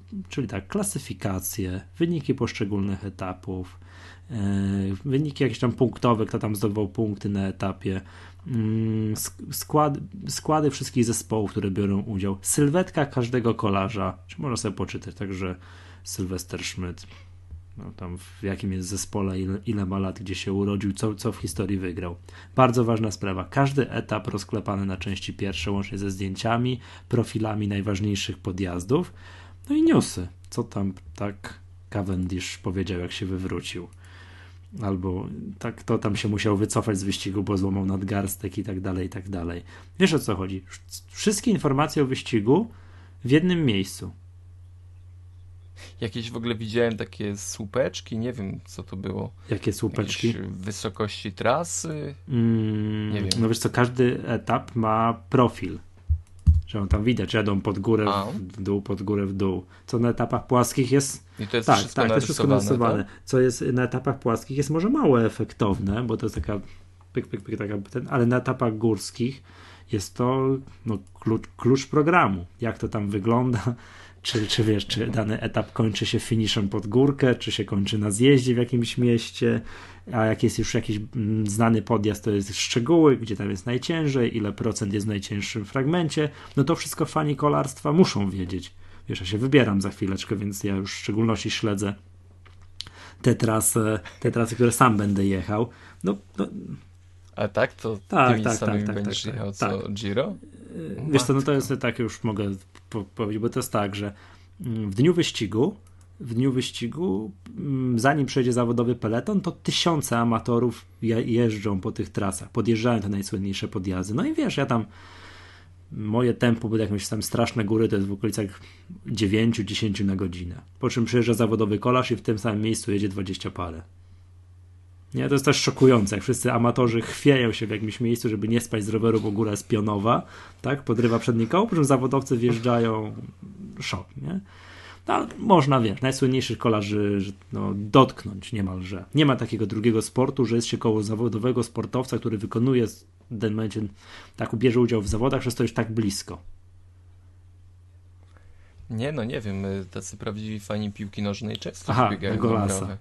czyli tak, klasyfikacje, wyniki poszczególnych etapów, yy, wyniki jakieś tam punktowe, kto tam zdobywał punkty na etapie, yy, skład, składy wszystkich zespołów, które biorą udział, sylwetka każdego kolarza, czy można sobie poczytać, także Sylwester Schmidt, no tam w jakim jest zespole, ile, ile ma lat, gdzie się urodził, co, co w historii wygrał. Bardzo ważna sprawa. Każdy etap rozklepany na części pierwsze, łącznie ze zdjęciami, profilami najważniejszych podjazdów, no i newsy. Co tam tak Cavendish powiedział, jak się wywrócił. Albo tak, to tam się musiał wycofać z wyścigu, bo złamał nadgarstek i tak dalej, i tak dalej. Wiesz, o co chodzi? Wszystkie informacje o wyścigu w jednym miejscu. Jakieś w ogóle widziałem takie słupeczki, nie wiem co to było. Jakie słupeczki? Jakieś wysokości trasy? Mm, nie wiem. No wiesz co, każdy etap ma profil. Że on tam widać, jadą pod górę, A. w dół, pod górę, w dół. Co na etapach płaskich jest... I to jest tak, wszystko tak, to jest wszystko narysowane, narysowane. tak? Co jest na etapach płaskich jest może mało efektowne, bo to jest taka pyk, pyk, pyk, taka ten, ale na etapach górskich jest to no, klucz, klucz programu. Jak to tam wygląda, czy, czy wiesz, czy dany etap kończy się finiszem pod górkę, czy się kończy na zjeździe w jakimś mieście, a jak jest już jakiś mm, znany podjazd, to jest szczegóły, gdzie tam jest najciężej, ile procent jest w najcięższym fragmencie, no to wszystko fani kolarstwa muszą wiedzieć. Wiesz, ja się wybieram za chwileczkę, więc ja już w szczególności śledzę te trasy, te trasy, które sam będę jechał. No, no A tak? To tak, tymi tak, samymi tak, tak, będziesz tak, jechał tak, co tak. Giro? Wiesz co, no to jest tak, już mogę po- powiedzieć, bo to jest tak, że w dniu wyścigu w dniu wyścigu, zanim przejdzie zawodowy peleton, to tysiące amatorów je- jeżdżą po tych trasach, podjeżdżają te najsłynniejsze podjazdy. No i wiesz, ja tam moje tempo, bo jakieś tam straszne góry, to jest w okolicach dziewięć do dziesięciu na godzinę. Po czym przyjeżdża zawodowy kolarz i w tym samym miejscu jedzie dwadzieścia parę. Nie, to jest też szokujące, jak wszyscy amatorzy chwieją się w jakimś miejscu, żeby nie spać z roweru, bo góra jest pionowa, tak, podrywa przednie koło, po czym zawodowcy wjeżdżają, szok, nie? No, można, wiesz, najsłynniejszych kolarzy no, dotknąć niemalże. Nie ma takiego drugiego sportu, że jest się koło zawodowego sportowca, który wykonuje w ten momencie, tak, bierze udział w zawodach, że stoisz tak blisko. Nie, no nie wiem, tacy prawdziwi fani piłki nożnej często Aha, wbiegają na golasa. mrawę.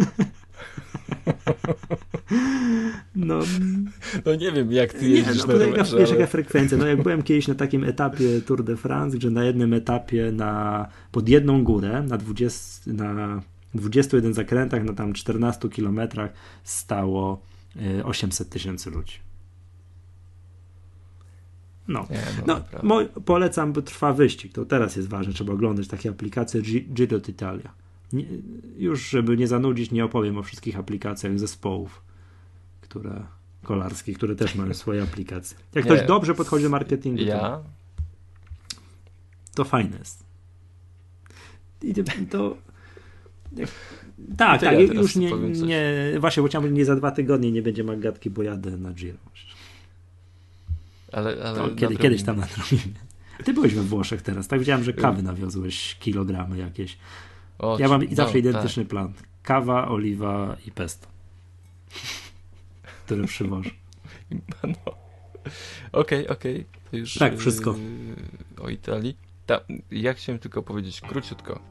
No, No nie wiem, jak ty nie, jeździsz no, na jaka, rowerze, wiesz, ale... jaka frekwencja. No jak byłem kiedyś na takim etapie Tour de France, gdzie na jednym etapie na, pod jedną górę, na, dwudziestu, na dwudziestu jeden zakrętach, na tam czternastu kilometrach stało y, osiemset tysięcy ludzi. No, Nie, no, no naprawdę. mo- polecam, bo trwa wyścig. To teraz jest ważne, trzeba oglądać takie aplikacje Gi- Giro d'Italia. Nie, już, żeby nie zanudzić, nie opowiem o wszystkich aplikacjach zespołów, które kolarskich, które też mają swoje aplikacje. Jak Nie. ktoś dobrze podchodzi do marketingu, to, Ja? to fajne jest. I to, to jak, tak, to tak, ja teraz już nie, powiem coś. nie, właśnie, bo chciałbym, nie za dwa tygodnie nie będzie Magatki, bo jadę na Giro. Ale, ale To kiedy, nadrobimy. kiedyś tam nadrobimy. Ty byłeś we Włoszech teraz, tak? Widziałem, że kawy nawiozłeś, kilogramy jakieś. O, Ja mam no, zawsze identyczny tak. plan. Kawa, oliwa i pesto. Które przywożę. No. Okej, okej. To już Tak, wszystko. yy, o Italii. Ta, ja chciałem tylko powiedzieć króciutko.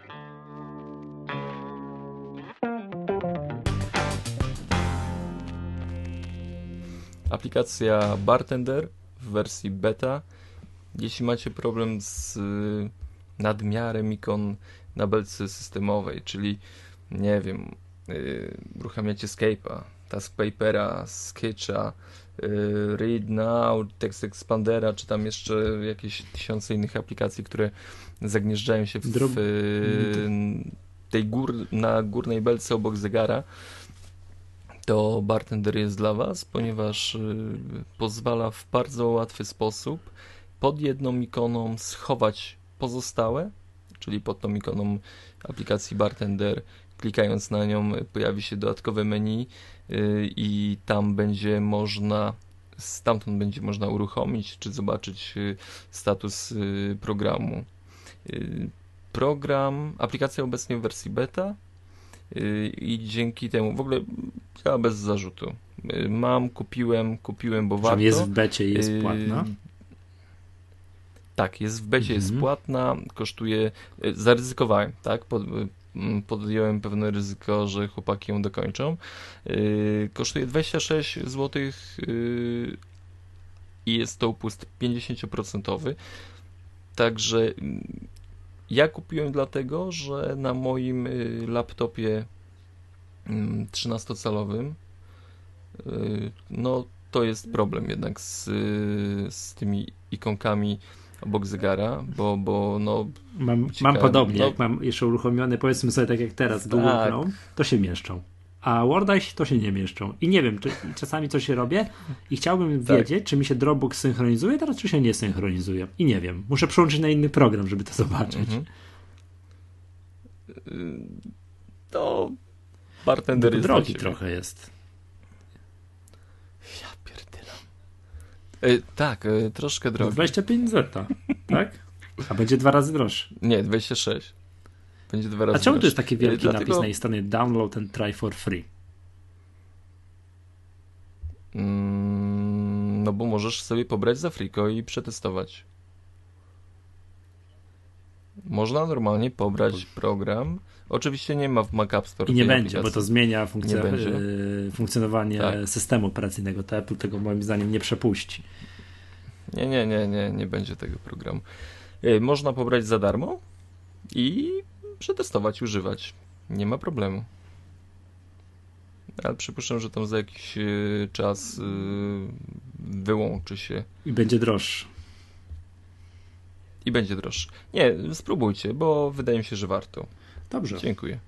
Aplikacja Bartender w wersji beta. Jeśli macie problem z y, nadmiarem ikon na belce systemowej, czyli nie wiem, y, uruchamiacie Escape'a, Taskpapera, Sketcha, y, Read Now, Text Expandera, czy tam jeszcze jakieś tysiące innych aplikacji, które zagnieżdżają się w, Drob- w tej gór, na górnej belce obok zegara, to Bartender jest dla Was, ponieważ y, pozwala w bardzo łatwy sposób pod jedną ikoną schować pozostałe, czyli pod tą ikoną aplikacji Bartender, klikając na nią pojawi się dodatkowe menu y, i tam będzie można, stamtąd będzie można uruchomić czy zobaczyć y, status y, programu. Y, program, aplikacja obecnie w wersji beta y, i dzięki temu w ogóle działa bez zarzutu. Y, mam, kupiłem, kupiłem, bo warto. Jest w becie i jest płatna. Y, Tak, jest w becie, jest Mhm. płatna, kosztuje, y, zaryzykowałem, tak, Pod, y, mm, podjąłem pewne ryzyko, że chłopaki ją dokończą. Y, kosztuje dwadzieścia sześć złotych y, i jest to upust pięćdziesiąt procent. Także y, ja kupiłem dlatego, że na moim y, laptopie y, trzynastocalowym y, no to jest problem jednak z, y, z tymi ikonkami obok zegara, bo, bo no Mam, Ciekawe. mam podobnie, No. jak mam jeszcze uruchomione, powiedzmy sobie tak jak teraz, Google Tak. Chrome, to się mieszczą. A Wordaj to się nie mieszczą. I nie wiem, czy czasami coś się robię i chciałbym Tak. wiedzieć, czy mi się Dropbox synchronizuje teraz, czy się nie synchronizuje. I nie wiem. Muszę przełączyć na inny program, żeby to zobaczyć. Mhm. Y, To bartender jest Drogi dla ciebie. trochę jest. Ja pierdylam. Y, tak, y, troszkę No drogi. dwadzieścia pięć zeta, tak? A będzie dwa razy droższy. Nie, dwadzieścia sześć. Będzie dwa razy A czemu tu droższy. jest taki wielki Y, napis dlatego- na jej stronie download and try for free? Mm, no bo możesz sobie pobrać za friko i przetestować. Można normalnie pobrać program. Oczywiście nie ma w Mac App Store I nie tej będzie, bo aplikacji. to zmienia funkcję, Nie będzie. yy, funkcjonowanie Tak. systemu operacyjnego. To Apple tego moim zdaniem nie przepuści. Nie, nie, nie, nie, nie będzie tego programu. Y, Można pobrać za darmo i przetestować, używać. Nie ma problemu. Ale przypuszczam, że tam za jakiś y, czas y, wyłączy się I będzie droższy. i będzie droższy. Nie, spróbujcie, bo wydaje mi się, że warto. Dobrze. Dziękuję.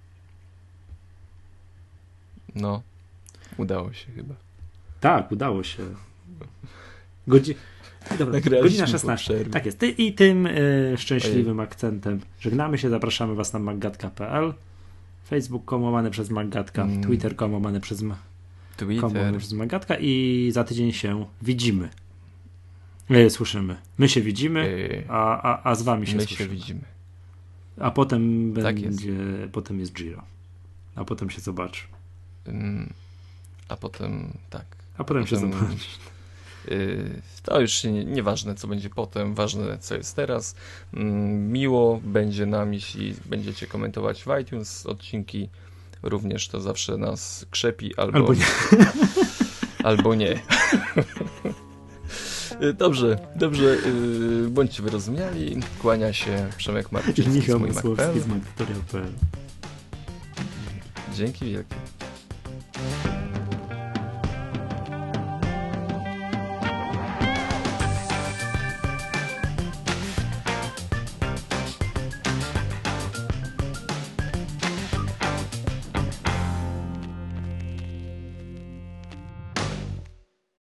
No, udało się chyba. Tak, udało się. Godzi... Dobra, Nagraliśmy godzina po szesnasta. przerwie. Tak jest. Ty- I tym y, szczęśliwym akcentem żegnamy się. Zapraszamy Was na maggatka kropka p l, Facebook kropka com łamane przez Maggatka, Mm. Twitter kropka com łamane przez, ma- Twitter. łamane przez Maggatka i za tydzień się widzimy. Y, słyszymy. My się widzimy, Y, a, a, a z Wami się My słyszymy. się widzimy. A potem Tak będzie, potem jest Giro. A potem się zobaczy. Ym, A potem tak. A potem się Potem- zobaczy. Yy, To już się nie, nieważne, co będzie potem, ważne, co jest teraz. Mm, Miło będzie nam, jeśli będziecie komentować w iTunes odcinki. Również to zawsze nas krzepi, albo, Albo nie. albo nie. Yy, Dobrze, dobrze, yy, bądźcie wyrozumiali. Kłania się Przemek Marczyński z Michał mój Mac kropka p Masłowski l. z Magtoria kropka p l. Dzięki wielkie.